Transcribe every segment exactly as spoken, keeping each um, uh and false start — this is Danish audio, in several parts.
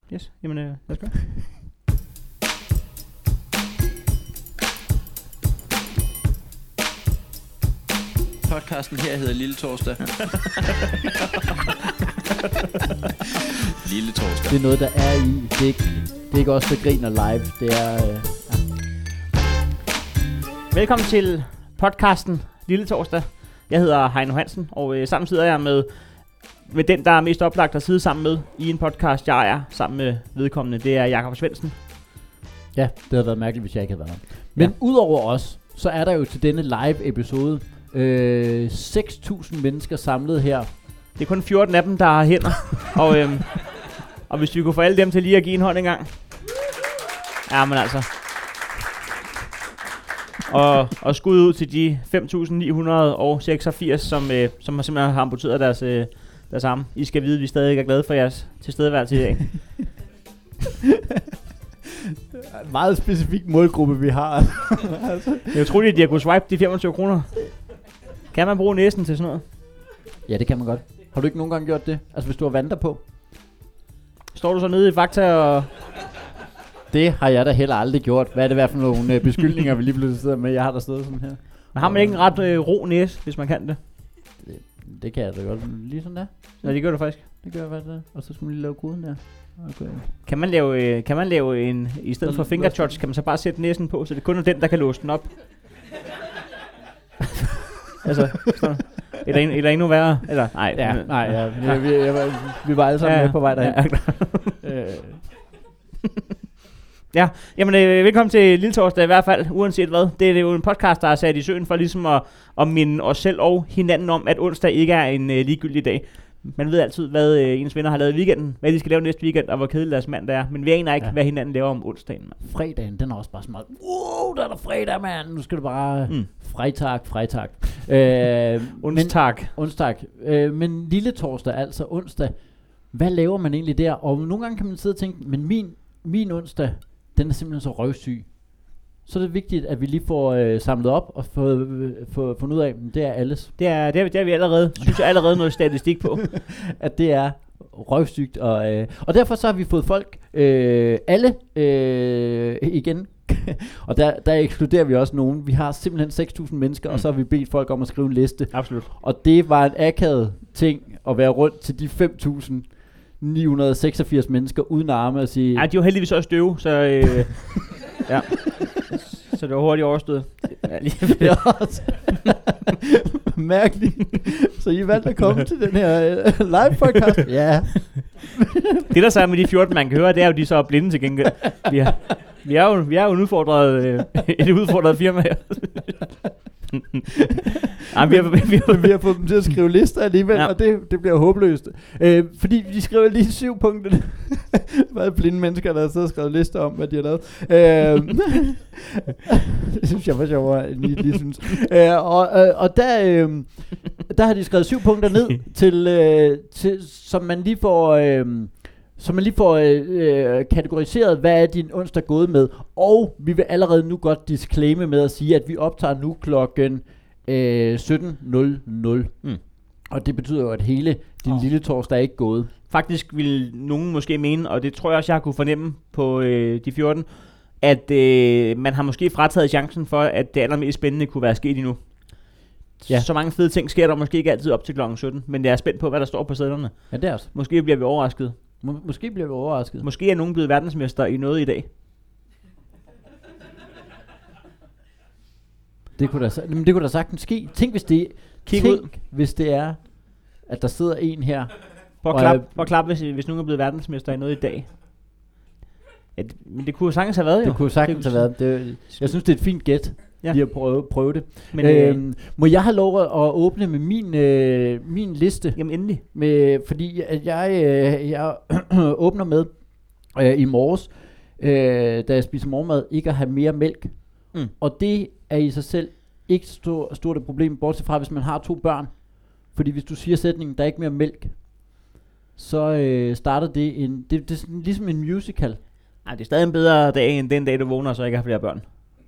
Yes, jamen øh, lad os gøre. Podcasten her hedder Lille Torsdag. Lille Torsdag. Det er noget, der er i. Det er ikke, det er ikke os, der griner live. Det er... Øh, ja. Velkommen til podcasten Lille Torsdag. Jeg hedder Heino Hansen, og øh, sammen sidder jeg med, med den, der er mest oplagt at sidde sammen med i en podcast, jeg er sammen med vedkommende. Det er Jakob Svendsen. Ja, det havde været mærkeligt, hvis jeg ikke havde været her. Men ja. Udover os, så er der jo til denne live episode øh, seks tusind mennesker samlet her. Det er kun fjorten af dem, der har hænder. og, øhm, og hvis vi kunne få alle dem til lige at give en hånd engang. Ja, men altså. Og, og skud ud til de fem tusind ni hundrede seksogfirs, som, øh, som har simpelthen har amputeret deres, øh, deres arme. I skal vide, at vi stadig er glade for jeres tilstedeværelse i dag. Meget specifik målgruppe, vi har. altså. Det er utroligt, at de har kunnet swipe de femogtyve kroner. Kan man bruge næsen til sådan noget? Ja, det kan man godt. Har du ikke nogen gange gjort det? Altså, hvis du har vandret på? Står du så nede i Fakta og... Det har jeg da heller aldrig gjort. Hvad er det hvad for nogle øh, beskyldninger, vi lige pludselig sidder med? Jeg har der stået sådan her. Men har man ikke en ret øh, ro næse, hvis man kan det? det? Det kan jeg da godt. Lige sådan der. Ja, det gør du faktisk. Det gør jeg faktisk. Der. Og så skal man lige lave koden der. Okay. Kan man lave, øh, kan man lave en... I stedet for finger touch, kan man så bare sætte næsen på, så det kun er den, der kan låse den op? altså, sådan. Eller, en, eller endnu værre. Eller, nej. Ja, nej, ja. Vi, vi, jeg var, vi var alle sammen ja, med på vej derhen. Ja, Ja, jamen øh, velkommen til Lille Torsdag i hvert fald, uanset hvad. Det er, det er jo en podcast, der er sat i søen for ligesom at, at minde os selv og hinanden om, at onsdag ikke er en øh, ligegyldig dag. Man ved altid, hvad øh, ens venner har lavet i weekenden, hvad de skal lave næste weekend, og hvor kedelig deres mandag er. Men vi aner ikke, ja. hvad hinanden laver om onsdagen. Man. Fredagen, den er også bare så meget, wow, der er der fredag, mand. Nu skal du bare, mm. freitag, freitag. øh, onsdag. Onsdag. Øh, men Lille Torsdag, altså onsdag, hvad laver man egentlig der? Og nogle gange kan man sidde og tænke, men min, min onsdag, den er simpelthen så røvsyg. Så er det vigtigt, at vi lige får øh, samlet op og få, øh, få fundet ud af, at det er alles. Det er, det er, det er vi allerede, synes jeg allerede noget statistik på. At det er røvsygt. Og, øh, og derfor så har vi fået folk, øh, alle øh, igen. og der, der ekskluderer vi også nogen. Vi har simpelthen seks tusind mennesker, mm. og så har vi bedt folk om at skrive en liste. Absolut. Og det var en akavet ting at være rundt til de fem tusind ni hundrede seksogfirs mennesker uden arme og sige... Ja, de var heldigvis også døve, så... Øh, ja. Så det var hurtigt overstået. Ja, det er også mærkeligt. Så I valgte at komme til den her uh, live podcast? Ja. Det der så er med de fjorten, man kan høre, det er jo, de så er blinde til gengæld. Vi er, vi er jo, vi er jo en udfordret, øh, et udfordret firma her. Nej, vi, har, vi, har, vi har fået dem til at skrive lister alligevel, ja. Og det, det bliver håbløst. Øh, fordi de skriver lige syv punkter. Hvad er blinde mennesker, der har siddet og skrevet lister om, hvad de har lavet. Øh, det synes jeg var sjovere, end I lige synes. Øh, og, øh, og der, øh, der har de skrevet syv punkter ned, til, øh, til, som man lige får... Øh, Så man lige får øh, øh, kategoriseret, hvad er din onsdag gået med. Og vi vil allerede nu godt disclaime med at sige, at vi optager nu klokken øh, sytten nul nul. Mm. Og det betyder jo, at hele din oh. lille torsdag er ikke gået. Faktisk vil nogen måske mene, og det tror jeg også, jeg har kunne fornemme på øh, de fjorten, at øh, man har måske frataget chancen for, at det allermest spændende kunne være sket endnu. Ja. Så mange fede ting sker der måske ikke altid op til klokken sytten, men jeg er spændt på, hvad der står på sædlerne. Ja, det er også. Måske bliver vi overrasket. Må, måske bliver vi overrasket. Måske er nogen blevet verdensmester i noget i dag. Det kunne da, men det kunne da sagtens ske. Tænk hvis det, Kig tænk, ud. hvis det er, at der sidder en her. Prøv at klappe, prøv at klappe hvis, hvis nogen er blevet verdensmester i noget i dag. Ja, det, men det kunne jo sagtens have været, jo. Det kunne jo sagtens have været. Det, jeg synes, det er et fint gæt. Ja. Lige at prøve, prøve det. Men, øhm, øh, må jeg have lov at åbne med min, øh, min liste? Jamen endelig. Med, fordi at jeg, øh, jeg åbner med øh, i morges, øh, da jeg spiser morgenmad, ikke at have mere mælk. Mm. Og det er i sig selv ikke stort stort et problem, bortset fra hvis man har to børn. Fordi hvis du siger sætningen, der er ikke mere mælk, så øh, starter det en, det, det er sådan, ligesom en musical. Nej, det er stadig en bedre dag end den dag du vågner, så ikke har flere børn.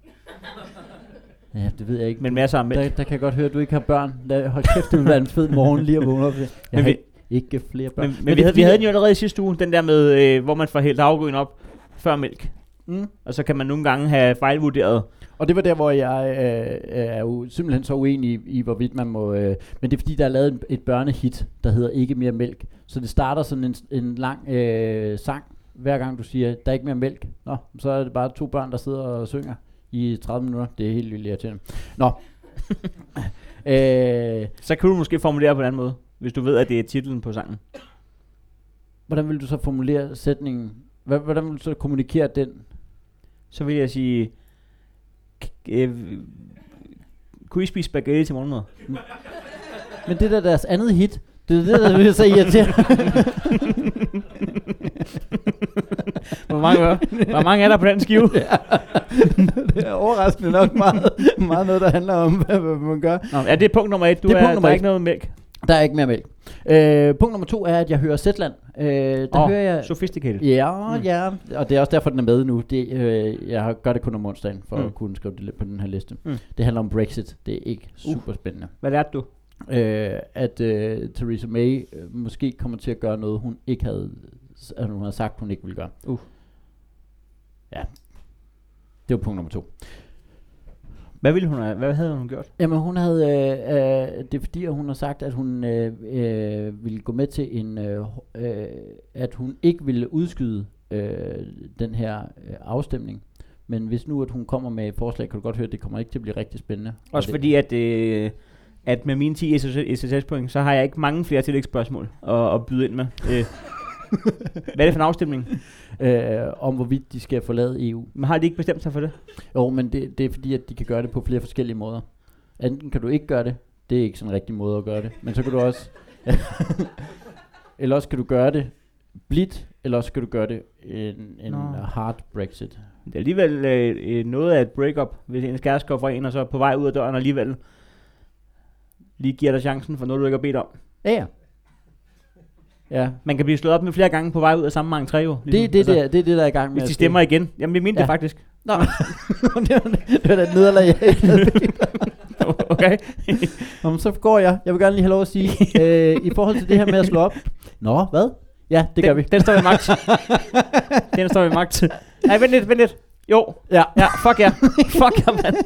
Ja, det ved jeg ikke. Men masser af mælk. Der, der kan jeg godt høre, at du ikke har børn. Der, hold kæft, det vil være en fed morgen lige at vågne op. Jeg, har, ikke flere børn. Men, men, men vi, havde, vi havde den jo allerede i sidste uge, den der med, øh, hvor man får hældt havregryn op før mælk. Mm. Og så kan man nogle gange have fejlvurderet. Og det var der, hvor jeg øh, er jo simpelthen så uenig i, i hvorvidt man må... Øh, men det er fordi, der er lavet et børnehit, der hedder Ikke mere mælk. Så det starter sådan en, en lang øh, sang, hver gang du siger, der er ikke mere mælk. Nå, så er det bare to børn, der sidder og synger i tredive minutter. Det er helt vildt irriterende. Nå. øh, så kan du måske formulere på en anden måde, hvis du ved, at det er titlen på sangen. Hvordan vil du så formulere sætningen? Hvordan vil du så kommunikere den? Så vil jeg sige... Øh, kunne I spise spaghetti til morgenmad? Men det der er deres andet hit. Det er det, der vil så irriterende. hvor, mange, hvor mange er der på den skive? Ja. Det er overraskende nok meget, meget noget, der handler om, hvad, hvad man gør. Nå, ja, det er punkt nummer et. Du det er, er, punkt nummer der er et. ikke noget mælk. Der er ikke mere mælk. Øh, punkt nummer to er, at jeg hører Zetland. Øh, der oh, hører jeg sophisticated. Ja, mm. ja. Og det er også derfor, den er med nu. Det, øh, jeg gør det kun om onsdagen, for mm. at kunne skrive det på den her liste. Mm. Det handler om Brexit. Det er ikke super spændende. Hvad lærte du? Øh, at øh, Theresa May øh, måske kommer til at gøre noget, hun ikke havde, at hun havde sagt, hun ikke ville gøre. Uh. Ja. Det var punkt nummer to. Hvad ville hun have, hvad havde hun gjort? Jamen hun havde, øh, øh, det er fordi, at hun har sagt, at hun øh, øh, ville gå med til en, øh, øh, at hun ikke ville udskyde øh, den her øh, afstemning. Men hvis nu, at hun kommer med et forslag, kan du godt høre, at det kommer ikke til at blive rigtig spændende. Også fordi, at, øh, at med mine ti S S S-point, så har jeg ikke mange flere tillægsspørgsmål at, at byde ind med. øh. Hvad er det for en afstemning? Øh, om hvorvidt de skal forlade E U. Men har de ikke bestemt sig for det? Jo, men det, det er fordi, at de kan gøre det på flere forskellige måder. Enten kan du ikke gøre det. Det er ikke sådan en rigtig måde at gøre det. Men så kan du også... eller også kan du gøre det blidt, eller også kan du gøre det en, en hard Brexit. Det er alligevel øh, noget af et break-up, hvis en skærsk går fra en, og så på vej ud af døren alligevel lige giver dig chancen for noget, du ikke har bedt om. Ja, ja. Ja. Man kan blive slået op med flere gange på vej ud af samme entré jo. Ligesom. Det, det, altså, det, det er det, der er i gang med. Hvis de stemmer igen. Jamen, jeg mente ja. det faktisk. Nå, det var det var da et nederlag, jeg ikke havde bedt. Okay. Nå, så går jeg. Jeg vil gerne lige have lov at sige, øh, i forhold til det her med at slå op. Nå, hvad? Ja, det den, gør vi. Den står ved magt. Den står ved magt. Nej, vent lidt, vent lidt. Jo. Ja. Ja, fuck ja. Fuck ja, mand.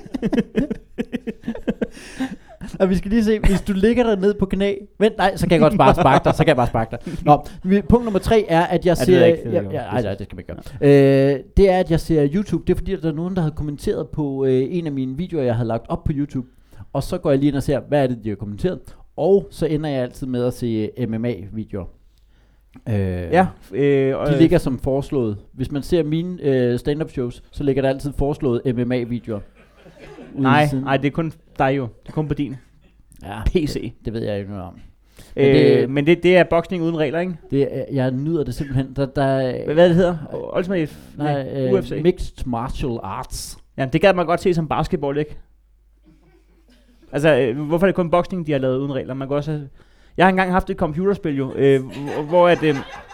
Og vi skal lige se, hvis du ligger der ned på knæ. Vent, nej, så kan jeg godt bare sparke dig. Så kan jeg bare sparke dig. Nå, vi, punkt nummer tre er, at jeg ser... Ja, det ikke, det ja, ja, nej, nej, det skal man ikke gøre. Øh, det er, at jeg ser YouTube. Det er fordi, at der er nogen, der havde kommenteret på øh, en af mine videoer, jeg havde lagt op på YouTube. Og så går jeg lige ind og ser, hvad er det, de har kommenteret. Og så ender jeg altid med at se M M A-videoer. Øh, ja, øh, de ligger som foreslået. Hvis man ser mine øh, stand-up shows, så ligger der altid foreslået M M A-videoer. Nej, nej, det er kun dig jo. Det er kun på din ja, P C. Det, det ved jeg ikke noget om. Men, øh, det, men det, det er boksning uden regler, ikke? Det er, jeg nyder det simpelthen. Der, der, hvad det hedder? Ultimate nej, øh, U F C. Mixed Martial Arts. Ja, det gad man godt se som basketball, ikke? Altså, øh, hvorfor er det kun boksning, de har lavet uden regler? Man kan også have, jeg har engang haft et computerspil jo, øh, hvor at... Øh,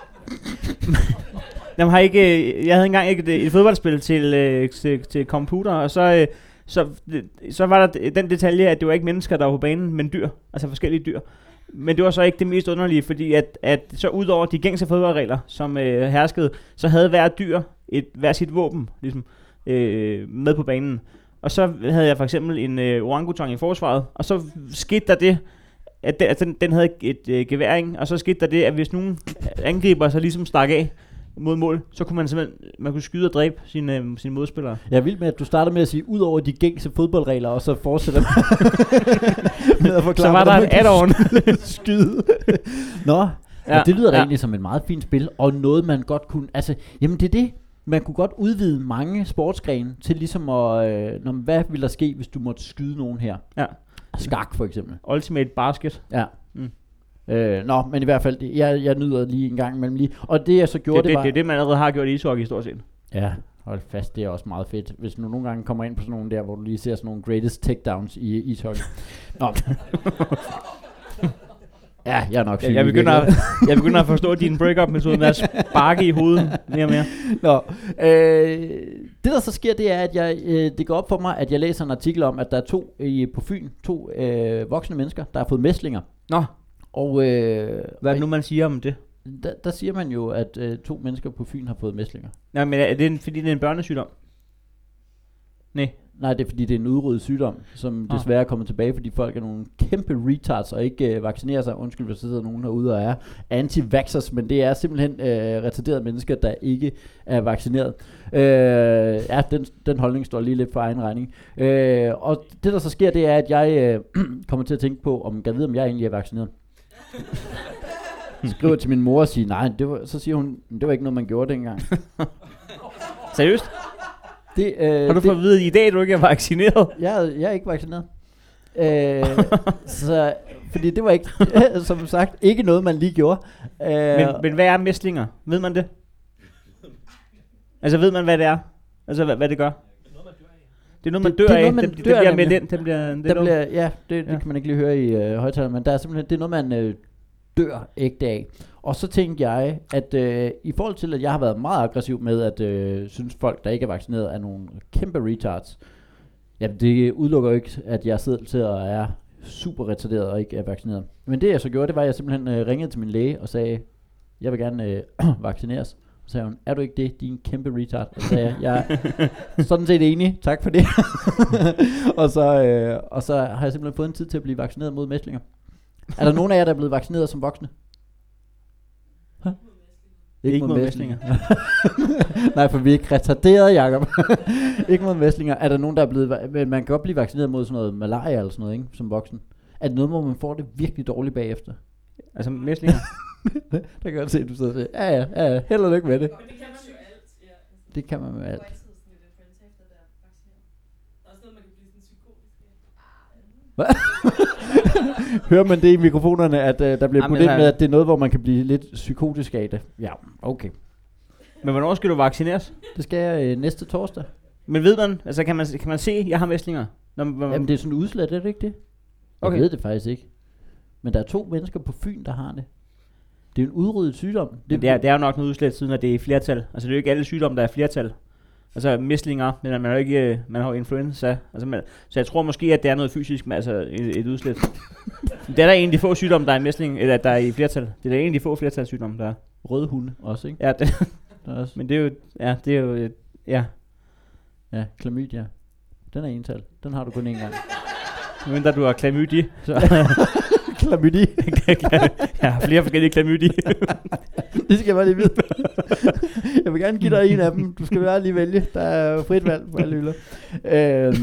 jeg, har ikke, jeg havde engang et, et fodboldspil til, øh, til, til computer, og så... Øh, Så, så var der den detalje, at det var ikke mennesker, der var på banen, men dyr. Altså forskellige dyr. Men det var så ikke det mest underlige, fordi at, at så ud over de gængse fodboldregler, som øh, herskede, så havde hver dyr et, hver sit våben ligesom, øh, med på banen. Og så havde jeg for eksempel en øh, orangutang i forsvaret, og så skete der det, at den, altså den, den havde et øh, gevær, ikke? Og så skete der det, at hvis nogen angriber så ligesom stak af mod mål, så kunne man simpelthen man kunne skyde og dræbe sine, øh, sine modspillere. Jeg er vild med, at du starter med at sige, ud over de gængse fodboldregler, og så fortsætter med at forklare, så var der en add-on. Skyde. Nå, ja, det lyder da ja. egentlig som et meget fint spil, og noget man godt kunne, altså, jamen det er det, man kunne godt udvide mange sportsgrene til ligesom at, øh, når, hvad ville der ske, hvis du måtte skyde nogen her? Ja. Skak for eksempel. Ultimate basket. Ja. Mm. Øh, nå, men i hvert fald, jeg, jeg nyder lige en gang imellem lige. Og det jeg så gjorde, det, det, det var... Det er det, man allerede har gjort i ishockey stort set. Ja, hold fast, det er også meget fedt. Hvis du nogle gange kommer ind på sådan nogle der, hvor du lige ser sådan nogle greatest takedowns i ishockey. Nå. Ja, jeg er nok syg. Ja, jeg, begynder at, jeg begynder at forstå din break-up-metode med at sparke i hovedet mere og mere. Nå, øh, det der så sker, det er, at jeg, øh, det går op for mig, at jeg læser en artikel om, at der er to i, på Fyn, to øh, voksne mennesker, der har fået mæslinger. Nå. Og øh, Hvad er det nu, man siger om det? der, der siger man jo, at øh, to mennesker på Fyn har fået mæslinger. Nej, men er det en, fordi det er en børnesygdom? Nej. Nej, det er fordi, det er en udryddet sygdom, som Ah. desværre er kommet tilbage, fordi folk er nogle kæmpe retards og ikke øh, vaccinerer sig. Undskyld, hvis der sidder nogen herude og er anti-vaxxers, men det er simpelthen øh, retarderede mennesker, der ikke er vaccineret. Øh, ja, den, den holdning står lige lidt for egen regning. Øh, og det, der så sker, det er, at jeg øh, kommer til at tænke på, om jeg ved, om jeg egentlig er vaccineret. Skriver til min mor og siger, nej, det var, så siger hun, det var ikke noget, man gjorde dengang. Seriøst? Det, øh, Har du fået at vide i dag, at du ikke er vaccineret? Jeg, er- jeg er ikke vaccineret. Øh, så, fordi det var ikke, som sagt, ikke noget, man lige gjorde. Øh, Men, men hvad er mæslinger? Ved man det? Altså ved man, hvad det er? Altså hvad, hvad det gør? Det er noget, man Det- dør det er af. noget, man det, det dør bliver meldt nemlig. ind. Det bliver, det der er bliver, ja, det, det Ja. kan man ikke lige høre i øh, højtaleren, men der er simpelthen, det er noget, man øh, dør ægte af. Og så tænkte jeg, at øh, i forhold til, at jeg har været meget aggressiv med, at øh, synes folk, der ikke er vaccineret, er nogle kæmpe retards. Jamen, det udelukker jo ikke, at jeg sidder til og er super retarderet og ikke er vaccineret. Men det jeg så gjorde, det var, at jeg simpelthen øh, ringede til min læge og sagde, jeg vil gerne øh, vaccineres. Så sagde hun, er du ikke det, din kæmpe retard? Og så sagde jeg, jeg er sådan set enig, tak for det. og, så, øh, og så har jeg simpelthen fået en tid til at blive vaccineret mod mæslinger. Er der nogen af jer, der er blevet vaccineret som voksne? Huh? Ikke, ikke mod mæslinger. Nej, for vi er ikke retarderet, Jacob. Ikke mod mæslinger. Er der nogen, der er blevet... va- Men man kan godt blive vaccineret mod sådan noget malaria eller sådan noget, ikke? Som voksen. Er det noget, hvor man får det virkelig dårligt bagefter? Altså mæslinger. Der kan jeg godt se, at du sidder og siger, ja, ja, ja, held og lykke med det. Men det kan man jo alt, ja. Altså, Det kan man med Du alt. får ikke sådan lidt influenza efter det er vaccineret. Der er også noget, man kan blive sådan psykotisk af. Ah, Hører man det i mikrofonerne, at uh, der bliver Jamen, puttet ind altså- med, at det er noget, hvor man kan blive lidt psykotisk af det? Ja, okay. Men hvornår skal du vaccineres? Det skal jeg uh, næste torsdag. Men ved man, altså kan man, kan man se, at jeg har mæslinger? Når, når, Jamen, det er sådan udslet, er det ikke det? Jeg Okay. ved det faktisk ikke. Men der er to mennesker på Fyn, der har det. Det er en udryddet sygdom. det, er, det er jo nok noget udslæt siden, at det er i flertal. Altså det er jo ikke alle sygdomme, der er flertal. Altså mæslinger, men man har jo ikke, øh, man har jo influenza. Altså, man, så jeg tror måske, at det er noget fysisk, med, altså et, et udslæt. Det er der egentlig få sygdomme, der er i mæsling, eller der er i flertal. Det er der egentlig få flertalssygdomme, der er. Røde hunde også, ikke? Ja, det, Der er også. men det er jo, ja, det er jo, øh, ja. Ja, klamydia. Den er ental. Den har du kun én gang. Mindre du har klamydi, så Klamydia. jeg har flere forskellige klamydi. Det skal jeg bare lige vide. Jeg vil gerne give dig en af dem. Du skal bare lige vælge. Der er frit valg på alle hylder. Øhm.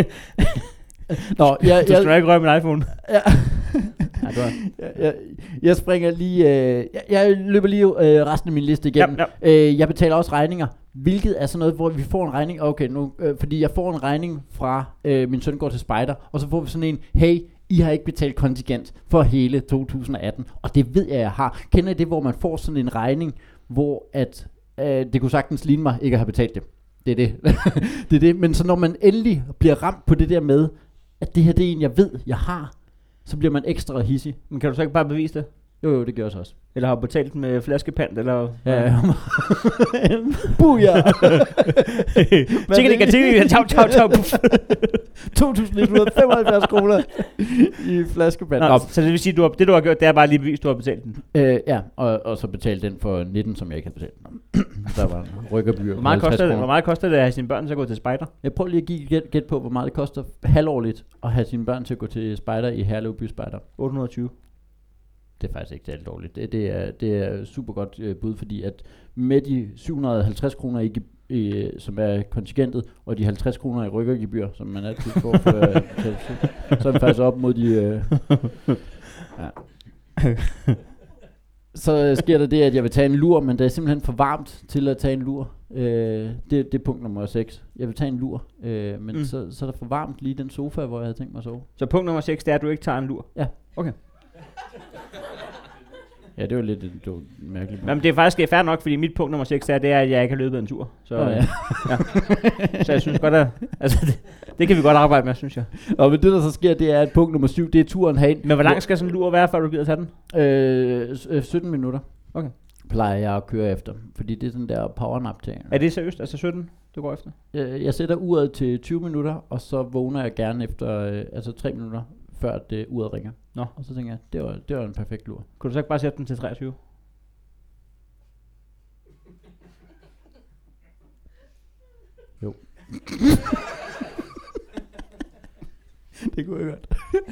Nå, jeg, Du skal jeg, ikke røre min iPhone. ja. Ja, du har. jeg, jeg, jeg springer lige... Øh, jeg, jeg løber lige øh, resten af min liste igennem. Ja, ja. Øh, jeg betaler også regninger. Hvilket er sådan noget, hvor vi får en regning. Okay, nu, øh, fordi jeg får en regning fra øh, min søn går til spejder. Og så får vi sådan en, hey, I har ikke betalt kontingent for hele to tusind atten. Og det ved jeg, jeg har. Kender I det, hvor man får sådan en regning, hvor at, øh, det kunne sagtens ligne mig ikke at have betalt det. Det er det. Det er det. Men så når man endelig bliver ramt på det der med, at det her det er en, jeg ved, jeg har, så bliver man ekstra hissig. Men kan du så ikke bare bevise det? Jo, jo, det gør jeg så også. Eller har du betalt den med flaskepant, eller? Ja, Buja! Tjekka, tjekka, tjau, tjau, tjau. to tusind et hundrede og femoghalvfjerds kroner i flaskeband. Nå, så det vil sige, du har, det du har gjort, det er bare lige bevist, du har betalt den. Øh, ja, og, og så betalte den for nitten, som jeg ikke havde betalt. Der var en rykkerby. Hvor meget, koster det, hvor meget koster det at have sine børn til at gå til spejder? Jeg prøver lige at give et gæt, gæt på, hvor meget det koster halvårligt at have sine børn til at gå til spejder i Herlev By Spejder. otte hundrede og tyve. Det er faktisk ikke særlig dårligt. Det, det, er, det er super godt øh, bud, fordi at med de syv hundrede og halvtreds kroner, i, i, som er kontingentet, og de halvtreds kroner i rykkergebyr, som man altid får, for, øh, så, så er man faktisk op mod de... Øh, ja. Så sker der det, at jeg vil tage en lur, men det er simpelthen for varmt til at tage en lur. Øh, det, det er punkt nummer seks. Jeg vil tage en lur, øh, men mm. så, så er der for varmt lige i den sofa, hvor jeg havde tænkt mig at sove. Så punkt nummer seks, det er, at du ikke tager en lur. Ja. Okay. Ja, det var lidt det var mærkeligt. Jamen, det er faktisk fair nok, fordi mit punkt nummer seks er, det er, at jeg ikke har løbet en tur. Så, Nå, ja. ja. Så jeg synes godt, at altså, det, det kan vi godt arbejde med, synes jeg. Og men det der så sker, det er, at punkt nummer syv, det er turen herind. Men hvor lang skal sådan en lur være, før du gider tage den? Øh, s- øh, sytten minutter. Okay. Plejer jeg at køre efter, fordi det er sådan der powernap ting. Er det seriøst? Altså sytten, du går efter? Øh, jeg sætter uret til tyve minutter, og så vågner jeg gerne efter, øh, altså tre minutter, før det uret ringer. Nå. Og så tænker jeg, det var, det var en perfekt lur. Kunne du så ikke bare sætte den til treogtyve? Jo. Det kunne jeg godt.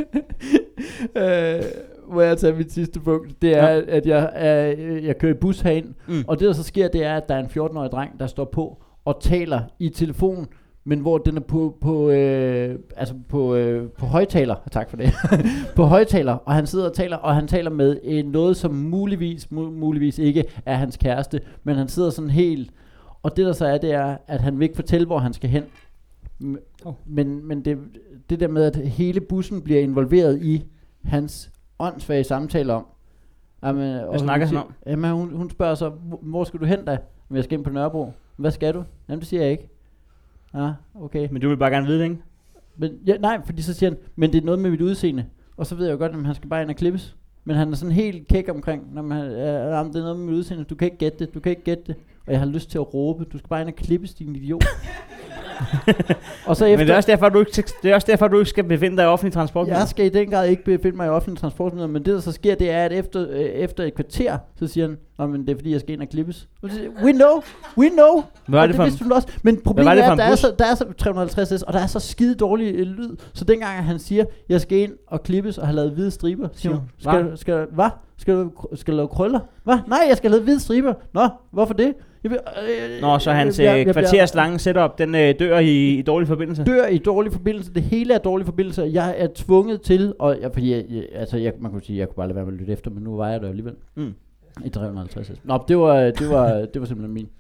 øh, må jeg tage mit sidste punkt. Det er, ja. at jeg, er, jeg kører i bus herind, mm. og det der så sker, det er, at der er en fjorten-årig dreng, der står på og taler i telefonen, men hvor den er på på øh, altså på øh, på højtaler. Tak for det. På højtaler, og han sidder og taler, og han taler med øh, noget som muligvis mu- muligvis ikke er hans kæreste, men han sidder sådan helt. Og det der så er, det er, at han vil ikke fortælle, hvor han skal hen. Oh. Men men det det der med, at hele bussen bliver involveret i hans åndssvage samtaler om. Jamen, hvad snakker han om? Jamen, hun, hun spørger så, hvor skal du hen da? Men jeg skal ind på Nørrebro. Hvad skal du? Jamen, det siger jeg ikke. Ja, okay. Men du vil bare gerne vide det, ikke? Men, ja, nej, fordi så siger han, men det er noget med mit udseende. Og så ved jeg jo godt, at han skal bare ind og klippes. Men han er sådan helt kæk omkring, når man, ja, det er noget med mit udseende. Du kan ikke gætte det, du kan ikke gætte det. Og jeg har lyst til at råbe, du skal bare ind og klippes, din idiot. Og så efter, men det er også derfor, du ikke, det er også derfor, du ikke skal befinde dig i offentlig transport. Jeg skal i den grad ikke befinde mig i offentlig transport, men det der så sker, det er, at efter, øh, efter et kvarter, så siger han, nå, men det er fordi, jeg skal ind og klippes. We know, we know. Hvad var det, det for en, også. Men problemet det er, at der er, så, der er så tre hundrede og halvtreds S, og der er så skide dårlig øh, lyd. Så dengang han siger, jeg skal ind og klippes og have lavet hvide striber, siger hun, skal, skal, hvad? Skal du, skal du lave krøller? Hvad? Nej, jeg skal lave hvide striber. Nå, hvorfor det? Jeg vil, øh, Nå, så hans øh, jeg, jeg kvarters lange setup, den øh, dør i, i dårlig forbindelse? Dør i dårlig forbindelse. Det hele er dårlig forbindelse. Jeg er tvunget til, og jeg, fordi jeg, jeg, altså jeg, man kunne sige, jeg kunne bare lade være med at lytte efter, men nu var jeg der alligevel. Mm. I tre hundrede og halvtreds. Nå, det var, det var, det var simpelthen min.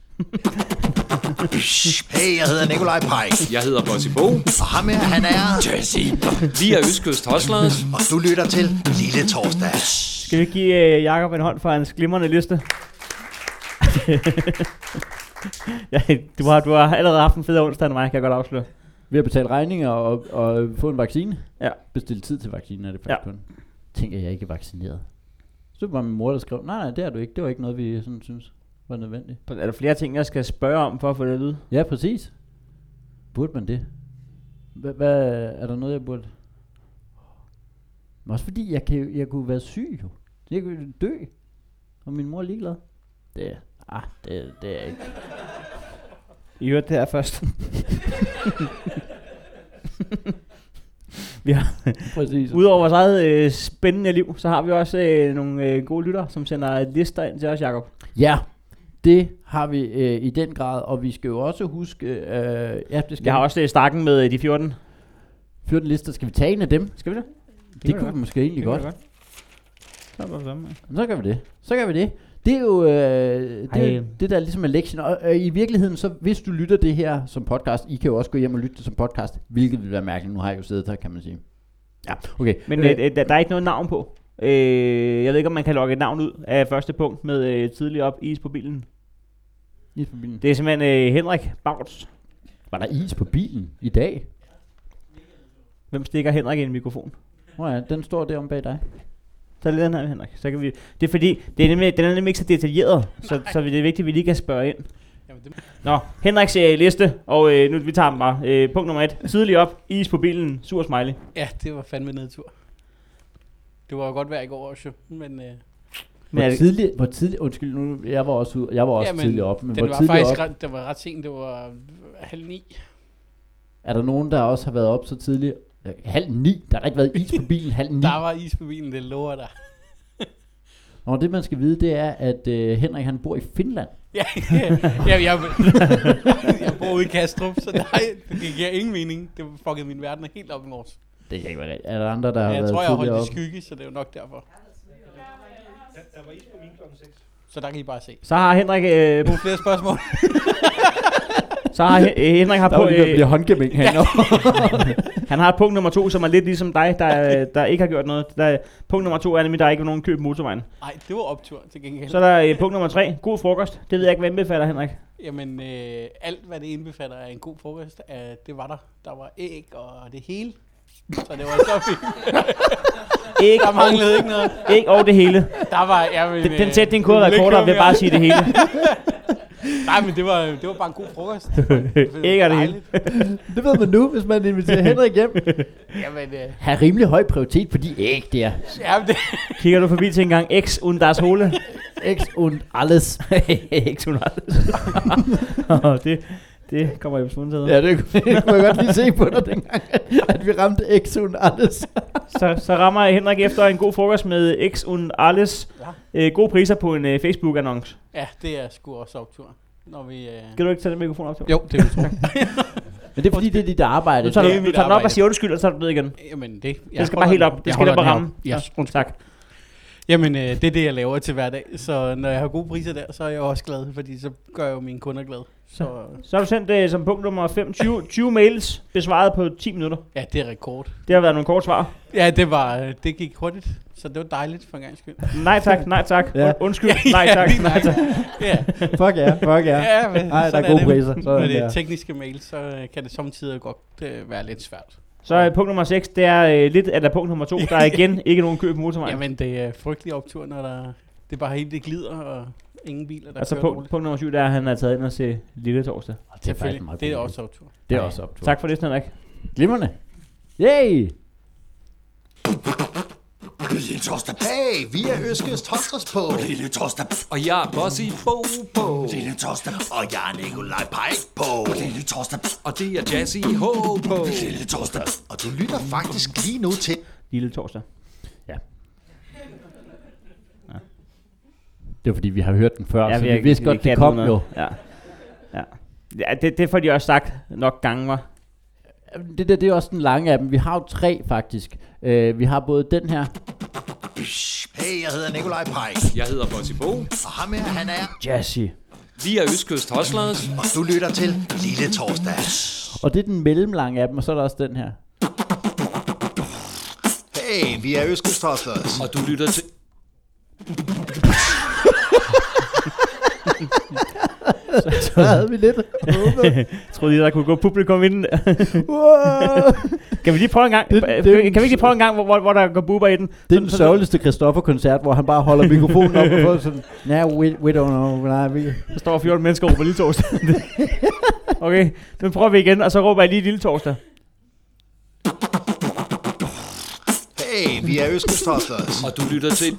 Hey, jeg hedder Nikolaj Pajk. Jeg hedder Bossy Bo. Og ham her, han er Jesse. Vi er Østkyst Hustlers. Og du lytter til Lille Torsdag. Skal vi give uh, Jakob en hånd for hans glimrende liste? Ja, du, har, du har allerede haft en fed onsdag end mig, kan jeg godt afsløre. Vi har betalt regninger og, og få en vaccine. Ja. Bestilt tid til vaccinen er det faktisk ja. kun. Tænker jeg ikke er vaccineret. Så var min mor, der skrev, nej nej, det er du ikke. Det var ikke noget, vi sådan synes var nødvendigt. Er der flere ting, jeg skal spørge om for at få det at vide? Ja, præcis. Burde man det? Hvad er der noget, jeg burde? Men også fordi, jeg, kan, jeg kunne være syg jo. Jeg kunne dø. Og min mor er ligeglad. Det er, ah, det, det er ikke. I hørte det her først. Vi har præcis. Udover vores eget øh, spændende liv, så har vi også øh, nogle øh, gode lytter, som sender lister ind til os, Jakob. Ja, det har vi øh, i den grad, og vi skal jo også huske... Øh, ja, det skal jeg har også øh, stakken med øh, de fjorten. fjorten lister. Skal vi tage en af dem? Skal vi det? Det, det kunne vi måske egentlig godt. godt. Så, ja. så gør vi det. Så gør vi det. Det er jo øh, det, er, det der ligesom er lektien. Og øh, i virkeligheden, så hvis du lytter det her som podcast, I kan jo også gå hjem og lytte det som podcast, hvilket vil være mærkeligt. Nu har jeg jo siddet her, kan man sige. Ja, okay. Men øh, øh, der er ikke noget navn på. Øh, jeg ved ikke, om man kan logge et navn ud af første punkt med øh, tidligere op is på bilen. Is på bilen. Det er simpelthen øh, Henrik Bauts. Var der is på bilen i dag? Hvem stikker Henrik i en mikrofon? Nå ja, den står derom bag dig. Så er det den her, Henrik. Så kan vi. Det er fordi, det er nemlig, den er nemlig ikke så detaljeret, så, så det er vigtigt, at vi lige kan spørge ind. Nå, Henriks øh, liste, og øh, nu vi tager dem bare. Øh, punkt nummer et. Tidlig op, is på bilen, sur smiley. Ja, det var fandme nedtur. Det var jo godt vejr i går også, men... Øh Hvor tidligt, hvor tidligt, undskyld nu, jeg var også, jeg var også ja, tidlig op. Men det hvor var faktisk op? Ret, det var ret sent, det var halv ni. Er der nogen, der også har været op så tidligt? Halv ni? Der har ikke været is på bilen halv ni? Der var is på bilen, det lover der. Nå, det man skal vide, det er, at øh, Henrik han bor i Finland. ja, ja, jeg, jeg, jeg bor ude i Kastrup, så nej, det giver ingen mening. Det fuckede min verden helt op i morges. Det kan ikke være rigtigt. Er der andre, der ja, har jeg været tror, jeg tidligere op? Jeg tror, jeg holdt i skygge, så det er jo nok derfor. Der var is på min klokken seks. Så der kan I bare se. Så har Henrik... Øh, Nogle flere spørgsmål. Så har H- Henrik har på... Der bliver håndgemæng herinde. Han har et punkt nummer to, som er lidt ligesom dig, der, der ikke har gjort noget. Der, punkt nummer to er nemlig, der er ikke nogen køb motorvejen. Nej, det var optur til gengæld. Så er der øh, punkt nummer tre. God frokost. Det ved jeg ikke, hvad indbefatter, Henrik. Jamen, øh, alt hvad det indbefatter af en god frokost, øh, det var der. Der var æg og det hele. Så det var så fint. Æg der manglede ikke noget. Æg og det hele. Der var, jamen, den, den sætning kunne have været kortere, ved bare at sige det hele. Nej, men det var, det var bare en god frokost. Ikke er det hele. Det ved man nu, hvis man inviterer Henrik hjem. Jamen, øh, Har rimelig høj prioritet på de æg der. ja, det, Kigger du forbi til en gang X und das Hole? X und alles. X und alles. det, det kommer jo smundet. Ja, det kunne jeg godt lige se på dig dengang, at vi ramte X und alles. så, så rammer Henrik efter en god frokost med X und alles. ja. Øh, gode priser på en øh, Facebook-annonce. ja, det er sgu også optur. Når vi, øh... Kan du ikke tage den mikrofon op til? Jo, det vil jeg tro. Men det er fordi, det er dit arbejde. Du tager, det er du, du mit tager den op og arbejde. siger undskyld, og så tager du ned igen. Jamen, det... Den skal bare helt op. Det skal der bare ramme. Ja, Ja, tak. Jamen, øh, det er det, jeg laver til hverdag. Så når jeg har gode priser der, så er jeg også glad, fordi så gør jeg jo mine kunder glade. Så Så har du sendt øh, som punkt nummer fem tyve, tyve mails besvaret på ti minutter. ja, det er rekord. Det har været nogle kort svar. Ja, det var øh, det gik hurtigt, så det var dejligt for en gang skyld. Nej tak, nej tak. Ja. Undskyld, nej tak, lige nej tak. Ja, Fuck ja, fuck ja. ja men Ej, der sådan er gode det. priser. Når Sådan det er der. tekniske mail, så øh, kan det samtidig godt øh, være lidt svært. Så er punkt nummer seks, det er øh, lidt af punkt nummer to. Der er igen ikke nogen kø på motorvejen. Jamen, det er frygtelig optur, når der, det er bare helt det glider, og ingen biler, der Altså kører punkt, dårligt. punkt nummer syv, der er, at han er taget ind og se Lille Torsdag. Det er faktisk Selvfølgelig, meget det er god også optur. Det er også optur. Tak for det, Henrik. Glimrende. Yay! Lille torsdag. Hey, vi er Øskes Tosters på. Lille torsdag. Og jeg er Bossy Bo på. Lille torsdag. Og jeg er Nikolaj Pike på. Lille torsdag. Og det er Jazzy Ho på. Lille torsdag. Og du lytter faktisk lige nu til Lille Torsdag. Det er fordi, vi har hørt den før, ja, så vi, har- vi vidste godt, kan det kom noget. jo. Ja, ja. ja det, det får de også sagt nok gange, var. Det der, det er også den lange af dem. Vi har jo tre, faktisk. Uh, vi har både den her. Hey, jeg hedder Nikolaj Pike. Jeg hedder Bossy Bo. Og ham her, han er... Jazzy. Vi er Østkyst Hustlers. Og du lytter til Lille Torsdag. Og det er den mellemlange af dem, og så er der også den her. Hey, vi er Øskes Tosters. Og du lytter til... Så havde vi lidt. Jeg troede lige, der kunne gå publikum inden. Wow. Kan vi lige prøve en gang? Det- kan, det- vi, kan vi ikke lige prøve en gang, hvor, hvor, hvor der går buber i den? Det er den sørgeligste Christoffer-koncert, hvor han bare holder mikrofonen op og får sådan, nah, we, we don't know. Nej, vi... Der står fjorten mennesker over på Lille Torsdag. Okay, nu prøver vi igen, og så råber jeg lige Lille Torsdag. Hey, vi er Øskes Tosters. Og du lytter til...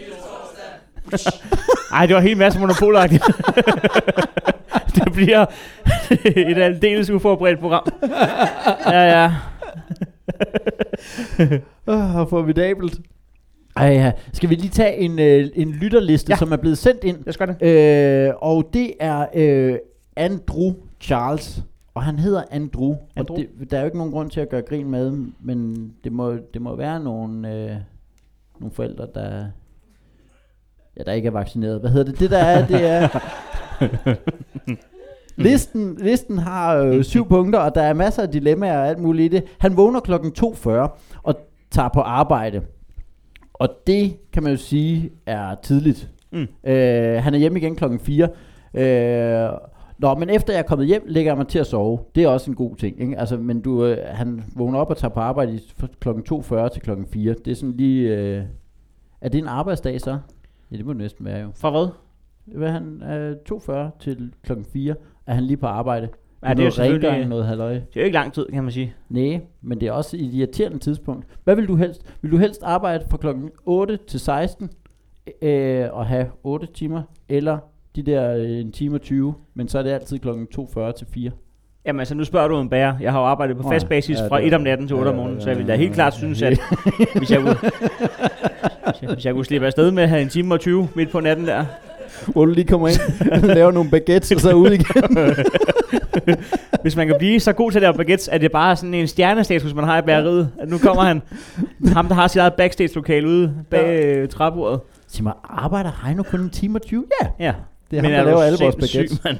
Ej, det var helt masse monopolagtigt. Det bliver et aldeles uforberedt program. Ja, ja. Oh, formidabelt. Ej, ja. Skal vi lige tage en, øh, en lytterliste, Ja. som er blevet sendt ind? Jeg skal det. Øh, og det er øh, Andrew Charles. Og han hedder Andrew. Andrew. Og det, der er jo ikke nogen grund til at gøre grin med, men det må, det må være nogle, øh, nogle forældre, der... Ja, der ikke er vaccineret. Hvad hedder det? Det der er, det er... listen, listen har øh, syv punkter, og der er masser af dilemmaer og alt muligt i det. Han vågner klokken to fyrre og tager på arbejde. Og det kan man jo sige er tidligt. Mm. Øh, han er hjemme igen klokken fire. Øh, Nå, men efter jeg er kommet hjem, lægger jeg mig til at sove. Det er også en god ting, ikke? Altså, men du, øh, han vågner op og tager på arbejde i, fra klokken to fyrre til klokken fire. Det er sådan lige... Øh, er det en arbejdsdag så? Ja, det må det næsten være jo. Fra hvad? Hvad han øh, to fyrre til klokken fire er han lige på arbejde. Ja, det er jo selvfølgelig- rengøring, noget halløj. Det er jo ikke lang tid, kan man sige. Nej, men det er også et irriterende tidspunkt. Hvad vil du helst? Vil du helst arbejde fra klokken otte til seksten øh, og have otte timer, eller de der øh, en time og tyve, men så er det altid klokken to fyrre til fire? Jamen altså, nu spørger du en bager. Jeg har jo arbejdet på Nå, fast basis ja, fra det et er- om natten til otte om ja, morgenen, ja, så jeg ville da ja, helt ja, klart ja, synes, ja. at hvis jeg, kunne, hvis, jeg, hvis jeg kunne slippe afsted med at have en time og tyve midt på natten der. Hvor du lige kommer ind og laver nogle baguettes, og så ud igen. Hvis man kan blive så god til at lave baguettes, at det bare er sådan en stjernestatus, man har i bageriet. At nu kommer han, ham der har sit eget backstage-lokale ude bag ja. træbordet. Sig mig, arbejder Heino kun en time og tyve? Ja, Ja. det er ham, der laver alle vores baguettes. mand?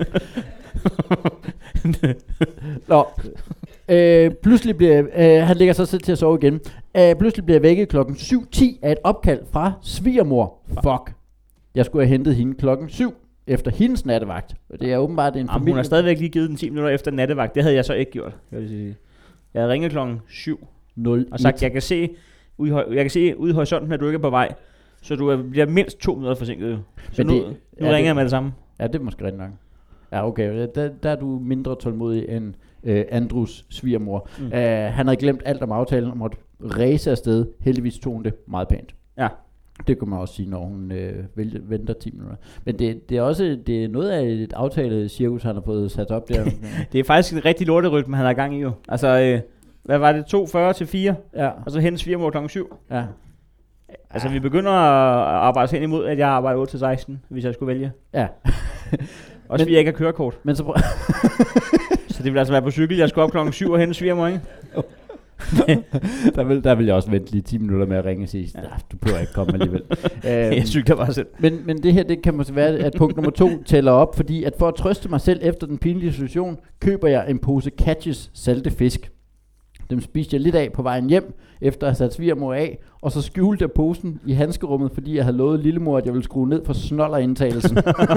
Nå, øh, pludselig bliver øh, han ligger så selv til at sove igen. Øh, pludselig bliver jeg vækket klokken syv ti af et opkald fra svigermor. Fuck. Jeg skulle have hentet hende klokken syv efter hendes nattevagt. Og det er åbenbart en Jamen, familie. hun har stadigvæk lige givet den ti minutter efter nattevagt. Det havde jeg så ikke gjort. Jeg, vil sige. Jeg havde ringet klokken syv nul og sagt, jeg kan se ude i, høj- jeg kan se ude i horisonten, at du ikke er på vej. Så du er, bliver mindst to minutter forsinket. Jo. Så Men nu, det- nu ja, ringer det- jeg med det samme. Ja, det er måske rigtig nok. Ja, okay. Der, der er du mindre tålmodig end øh, Andrews svigermor. Mm. Uh, han havde glemt alt om aftalen og måtte ræse afsted. Heldigvis tog hun det meget pænt. Ja. Det kan man også sige, når hun øh, vælger, venter ti minutter. Men det, det er også det er noget af et aftale-cirkus, han har fået sat op der. Det er faktisk en rigtig lorterytme, han har gang i jo. Altså, øh, hvad var det? to fyrre til fire? Ja. Og så hen svigermor klokken syv. Ja. Altså, ja. Vi begynder at arbejde hen imod, at jeg arbejder otte til seksten, hvis jeg skulle vælge. Ja. Også fordi jeg ikke har kørekort. Men så prøv... Så det vil altså være på cykel, jeg skulle op klokken syv og hen svigermor, ikke? der, vil, der vil jeg også vente lige ti minutter med at ringe og sige, ja. Du behøver ikke komme alligevel. øhm, jeg cykler bare selv. Men, men det her, det kan måske være, at punkt nummer to tæller op, fordi at for at trøste mig selv efter den pinlige situation, køber jeg en pose Catches salte fisk. Dem spiste jeg lidt af på vejen hjem, efter at have sat svigermor af, og så skjulte jeg posen i handskerummet, fordi jeg havde lovet lillemor, at jeg ville skrue ned for snollerindtagelsen.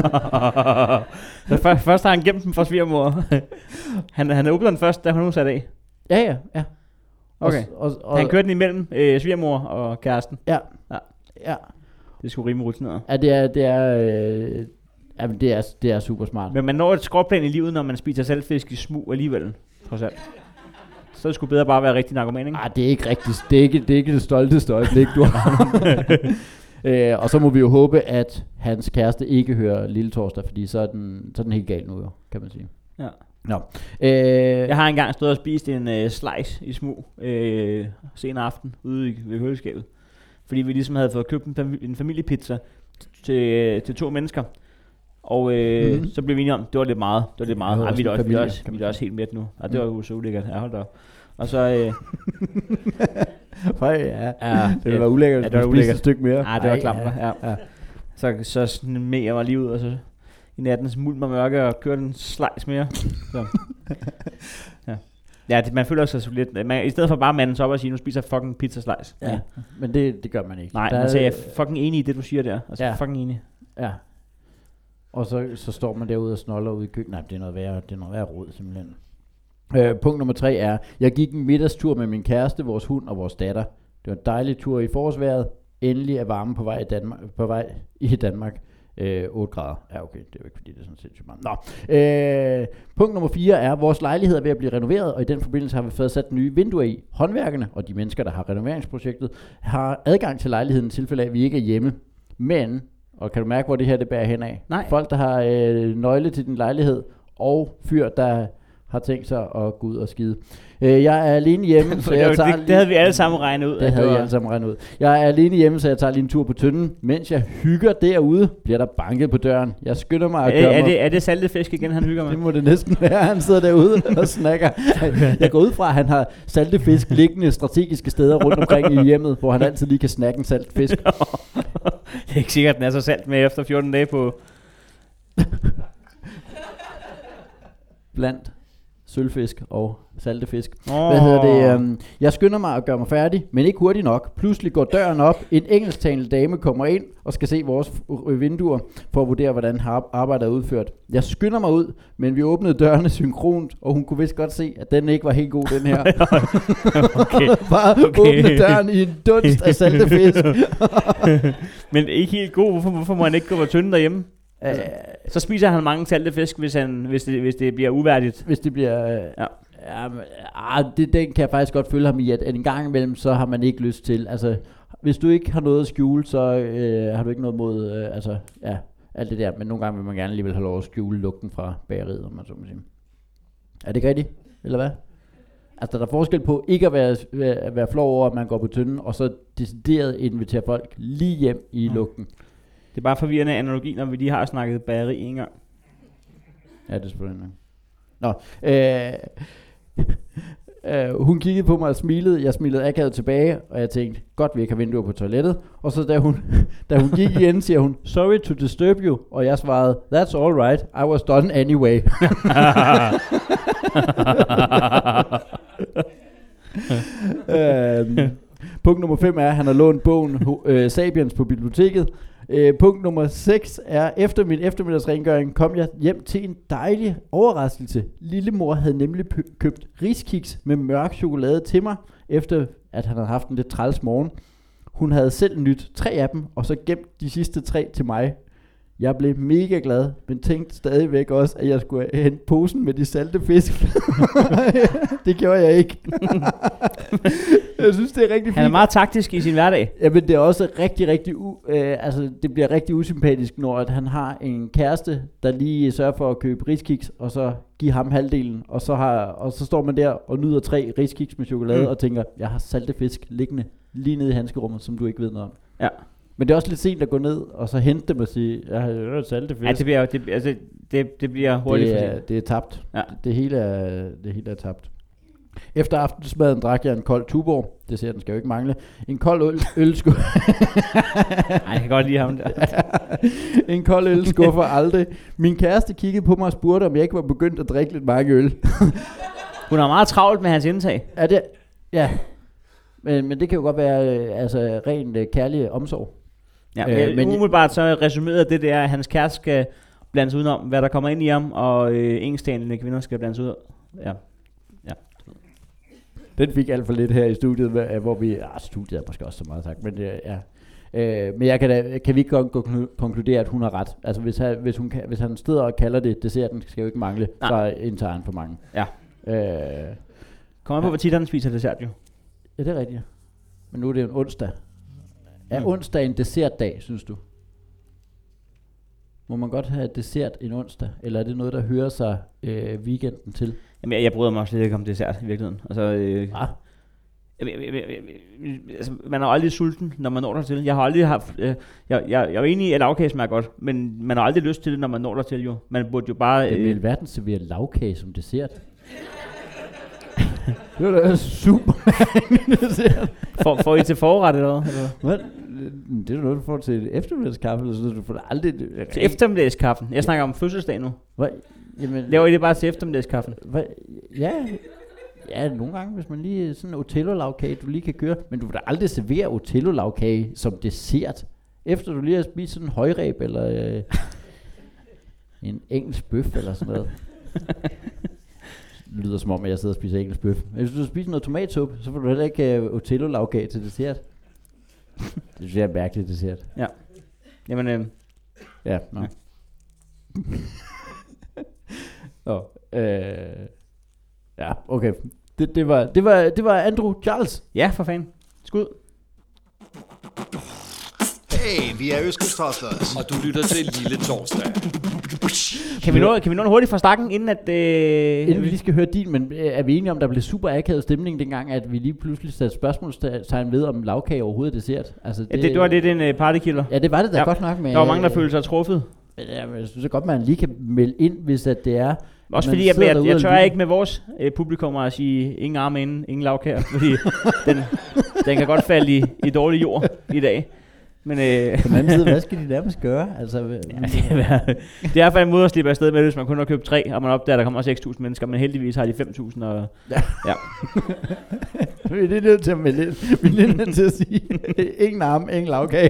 først, først har han gemt den for svigermor. han, han åbnede den først, da hun nu sat af. Ja, ja, ja. Okay. Og, og, og han kørte den imellem øh, svigermor og kæresten. Ja. Ja. Ja. Det skulle rimelig rutineret. Ja, det er det er øh, ja, det er det er super smart. Men man når et skråplan i livet, når man spiser saltfisk i smug alligevel, trods alt. Så det skulle bedre bare være rigtig narkoman, ikke? Ah, det er ikke rigtigt. Det er ikke det, er ikke det stolteste øjeblik, du har. øh, og så må vi jo håbe, at hans kæreste ikke hører Lille Torsdag, fordi så er den, så er den helt galt nu, jo, kan man sige. Ja. Nå. Øh, jeg har engang stået og spist en uh, slice i smug øh, sen aften ude i, ved køleskabet. Fordi vi ligesom havde fået købt en, fami- en familiepizza til, til to mennesker. Og øh, mm-hmm. så blev vi enige om, det var lidt meget. Det var lidt meget. Ej, vi er også, vi er også, vi er også helt midt nu. Og det var jo så ulækkert. Ja, hold da op. Og så... Øh, Føj, ja. ja. Det var ulækkert, ja, at du spiste et stykke mere. Ja, det var klamt. Ja. Ja. Så, så smed jeg mig lige ud, og så i nattens mulm og mørke, og kørte en slice mere. Så. Ja. Ja, det, man føler sig så lidt... Man, i stedet for bare manden så op og sige, nu spiser jeg fucking pizza slice. Ja, ja. Men det, det gør man ikke. Nej, der så er jeg fucking enig i det, du siger der. Altså, ja. fucking enig. Ja. Og så, så står man derude og snoller ude i køkkenet. Nej, det er noget værre, det er noget værre råd simpelthen. Øh, punkt nummer tre er, jeg gik en middagstur med min kæreste, vores hund og vores datter. Det var en dejlig tur i forårsvejret. Endelig er varme på vej i Danmark. På vej i Danmark. Øh, otte grader. Ja, okay, det er jo ikke fordi, det er sådan sindssygt meget. Nå. Øh, punkt nummer fire er, vores lejlighed er ved at blive renoveret, og i den forbindelse har vi fået sat nye vinduer i. Håndværkerne og de mennesker, der har renoveringsprojektet, har adgang til lejligheden i tilfælde af, at vi ikke er hjemme. Men, og kan du mærke, hvor det her det bærer hen af? Nej. Folk, der har øh, nøgle til din lejlighed, og fyr, der har tænkt sig at gå ud og skide. Øh, jeg er alene hjemme, så jeg det, tager det, lige... det havde vi alle sammen regnet ud. Det havde vi alle sammen regnet ud. Jeg er alene hjemme, så jeg tager lige en tur på Tønden. Mens jeg hygger derude, bliver der banket på døren. Jeg skynder mig at er, gøre er mig... det, er det saltet fisk igen, han hygger med? Det må det næsten være. Han sidder derude og snakker. Jeg går ud fra, at han har salte fisk liggende strategiske steder rundt omkring i hjemmet, hvor han altid lige kan snakke en salt fisk. Det er ikke sikkert, at den er så salt med efter fjorten dage på... Blandt sølvfisk og saltefisk. Oh. Hvad hedder det? Um, jeg skynder mig at gøre mig færdig, men ikke hurtigt nok. Pludselig går døren op. En engelsktalende dame kommer ind og skal se vores f- vinduer for at vurdere, hvordan arbejdet er udført. Jeg skynder mig ud, men vi åbnede dørene synkront, og hun kunne vist godt se, at den ikke var helt god, den her. Okay. Bare okay. åbne døren i en dunst af saltefisk. Men ikke helt god. Hvorfor, hvorfor må han ikke gå på Tønden derhjemme? Altså, så spiser han mange salte fisk, hvis, han, hvis, det, hvis det bliver uværdigt. Hvis det bliver... Øh, ja. Ja, men, ah, det, den kan jeg faktisk godt følge ham i, at en gang imellem, så har man ikke lyst til... Altså, hvis du ikke har noget at skjule, så øh, har du ikke noget mod... Øh, altså, ja, alt det der. Men nogle gange vil man gerne alligevel have lov at skjule lugten fra bageriet, om man så må sige. Er det ikke rigtigt? Eller hvad? Altså, der er forskel på ikke at være, at være flov over, at man går på Tønden, og så decideret invitere folk lige hjem i mm. lugten. Det er bare forvirrende analogi, når vi lige har snakket bageri en gang. Ja, det er selvfølgelig. Nå, øh, øh, hun kiggede på mig og smilede. Jeg smilede akavet tilbage, og jeg tænkte, godt vi ikke har vinduer på toilettet. Og så da hun, da hun gik igen, siger hun, sorry to disturb you. Og jeg svarede, that's all right, I was done anyway. øh, punkt nummer fem er, at han har lånt bogen øh, Sapiens på biblioteket. Øh, punkt nummer seks er, efter min eftermiddagsrengøring kom jeg hjem til en dejlig overraskelse. Lillemor havde nemlig p- købt riskiks med mørk chokolade til mig, efter at han havde haft en lidt træls morgen. Hun havde selv nyt tre af dem, og så gemt de sidste tre til mig. Jeg blev mega glad, men tænkte stadigvæk også, at jeg skulle hente posen med de salte fisk. Det gjorde jeg ikke. Jeg synes, det er rigtig fint. Han er meget taktisk i sin hverdag. Ja, men det er også rigtig, rigtig, u- øh, altså det bliver rigtig usympatisk, når at han har en kæreste, der lige sørger for at købe riskiks, og så give ham halvdelen, og så, har, og så står man der og nyder tre riskiks med chokolade, mm. og tænker, jeg har salte fisk liggende lige nede i handskerummet, som du ikke ved noget om. Ja. Men det er også lidt sent at gå ned, og så hente dem og sige, jeg har salte fisk. Ja, det bliver, det, altså, det, det bliver hurtigt det for er, sent. det er tabt. Ja. Det, det, hele er, det hele er tabt. Efter aftensmaden drak jeg en kold Tuborg. Det ser den skal jo ikke mangle. En kold øl, øl sku- Nej, jeg kan godt lide ham der. En kold øl skuffer aldrig. Min kæreste kiggede på mig og spurgte, om jeg ikke var begyndt at drikke lidt mange øl. Hun har meget travlt med hans indtag. Er det? Ja. Men, men det kan jo godt være øh, altså ren øh, kærlig omsorg. Ja, øh, men umiddelbart så resumeret det der, at hans kæreste skal blandes udenom, hvad der kommer ind i ham, og øh, engelsktalende kvinder skal blandes ud. Ja. Ja. Den fik alt for lidt her i studiet, hvor vi... Ah, studiet er måske også så meget sagt, men øh, ja. Øh, men jeg kan, da, kan vi ikke godt konkludere, at hun har ret. Altså hvis han, hvis hun kan, hvis han steder og kalder det, desserten skal jo ikke mangle, nej. Så indtager han for mange. Ja. Øh, Kommer an på, hvor tit han spiser dessert jo. Ja, det er rigtigt. Men nu er det jo en onsdag. Er mm. onsdag en dessertdag, synes du? Må man godt have dessert en onsdag? Eller er det noget, der hører sig øh, weekenden til? Jamen, jeg, jeg bryder mig også lidt ikke om dessert i virkeligheden. Altså, øh, ah. jeg, jeg, jeg, jeg, altså, man er aldrig sulten, når man når der til. Jeg har aldrig haft... Øh, jeg, jeg, jeg er jo enig i, at lavkage smager godt, men man har aldrig lyst til det, når man når der til jo. Man burde jo bare... Øh, det er verden serverer lavkage som dessert. Det var da super. for, får I til forret eller hvad? Hvad? Det er noget, du får til eftermiddagskaffe eller sådan. Du får aldrig... Til eftermiddagskaffen? Jeg snakker om fødselsdag nu. Hvad? Jamen, laver I det bare til eftermiddagskaffen? Hvad? Ja, ja, nogle gange, hvis man lige sådan en Otello-lavkage, du lige kan køre. Men du vil da aldrig servere Otello-lavkage som dessert, efter du lige har spist sådan en højræb eller øh, en engelsk bøf eller sådan noget. Det lyder som om, at jeg sidder og spiser engelsk bøf. Hvis du spiser noget tomatsuppe, så får du heller ikke uh, Otello-lavkage til dessert. Det synes jeg er mærkeligt dessert. Ja. Jamen, øh. Ja, nå. Ja. Nå, øh. Ja, okay. Det, det, var, det, var, det var Andrew Charles. Ja, for fanden. Skud. Hey, vi er Øskøsthoslers. Og du lytter til Lille Torsdag. Kan vi nå, kan vi nå hurtigt fra stakken, inden at... Øh, inden vi lige skal høre din, men er vi enige om, der blev super akavet stemning dengang, at vi lige pludselig satte spørgsmålstegn ved, om lavkage overhovedet er dessert? Altså, det, ja, det, det var lidt en uh, partykiller. Ja, det var det da ja. godt nok. Med, der var mange, der følte sig truffet. Ja, men jeg synes godt, man lige kan melde ind, hvis at det er... Også fordi jeg, jeg, jeg tør ikke med vores øh, publikum at sige, ingen arme inden, ingen lavkager, fordi den, den kan godt falde i, i dårlig jord i dag. Men øh, på den anden side, hvad skal de nærmest gøre? Altså, ja, det, er, det er i hvert fald en måde at slippe afsted med det, hvis man kun har købt tre, og man opdager, at der kommer seks tusind mennesker, men heldigvis har de fem tusind. Og, ja. ja. Vi er lidt nødt til at melde ind. Vi er lidt nødt til at sige, ingen arme, ingen lavkage.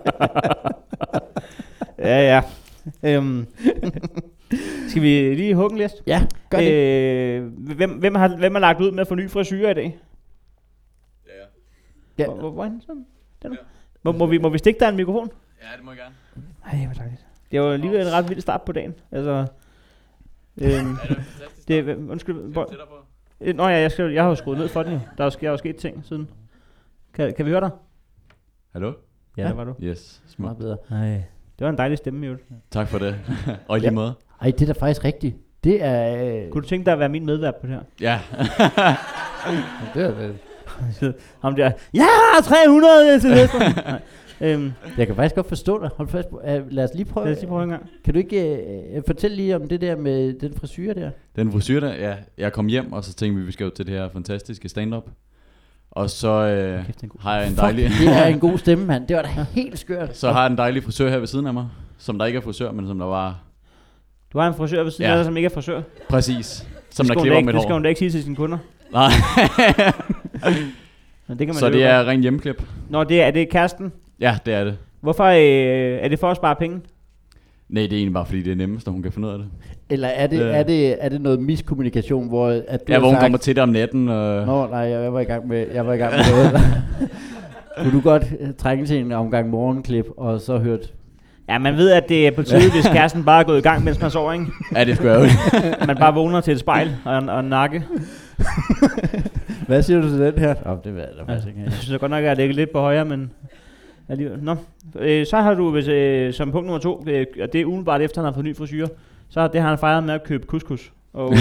ja, ja. Øhm. Skal vi lige hugge en list? Ja, gør det. Øh, hvem, hvem, har, hvem har lagt ud med at få ny frisyrer i dag? Ja. ja. Hvor, hvor, hvor er den sådan? Den ja. Må, må, vi, må vi stikke dig en mikrofon? Ja, det må jeg gerne. Ej, hvor dejligt. Det var alligevel en ret vild start på dagen. Altså, øhm, ja, det var fantastisk. Det, undskyld. Bo- Nå ja, jeg, skal, jeg har jo skruet ned for den. Der er jo, jo sket ting siden. Kan, kan vi høre dig? Hallo? Ja, ja, der var du. Yes, smart. Meget bedre. Ej, det var en dejlig stemme, jo. Tak for det. Og i lige ja. måde. Ej, det er da faktisk rigtigt. Det er... Øh... Kunne du tænke dig at være min medvært på det her? Ja. det er det. Ham der, ja, tre hundrede til det. øhm. Jeg kan faktisk godt forstå dig. Hold fast på. Uh, lad os lige prøve. Lad os lige prøve en gang. Kan du ikke uh, fortælle lige om det der med den frisyr der? Den frisyr der, ja. Jeg kom hjem, og så tænkte vi, vi skal jo til det her fantastiske stand-up. Og så øh, Kæft, har jeg en dejlig... Fuck, det er en god stemme, mand. Det var da helt skørt. Så har jeg en dejlig frisør her ved siden af mig, som der ikke er frisør, men som der var... Du har en frisør ved siden ja. af dig, som ikke er frisør? Præcis. Som der klipper mit hår. Det skal hun da ikke sige til sine kunder. Nej. Men det kan man så det er ren hjemmeklip. Nå, det er, er det kæresten? Ja, det er det. Hvorfor øh, er det for at spare penge? Nej, det er egentlig bare fordi det er nemmest, når hun kan finde ud af det. Eller er det, øh. er det, er det noget miskommunikation, hvor at du ja, hvor hun sagt, kommer til det om natten. Og... Nå, nej, jeg var i gang med, jeg var i gang med noget. Kunne du godt uh, trænge til en omgang morgenklip, og så hørt Ja, man ved, at det er på tide, hvis kæresten bare er gået i gang, mens man sover, ikke? Ja, det skulle jeg jo. Man bare vågner til et spejl og en, og en nakke. Hvad siger du til den her? Oh, det ved jeg da faktisk ikke. Jeg synes godt nok, at jeg ligger lidt på højre, men... Alligevel. Nå, øh, så har du hvis, øh, som punkt nummer to, øh, og det er umiddelbart efter, han har fået ny frisyre, så det har han fejret med at købe couscous. Og, øh,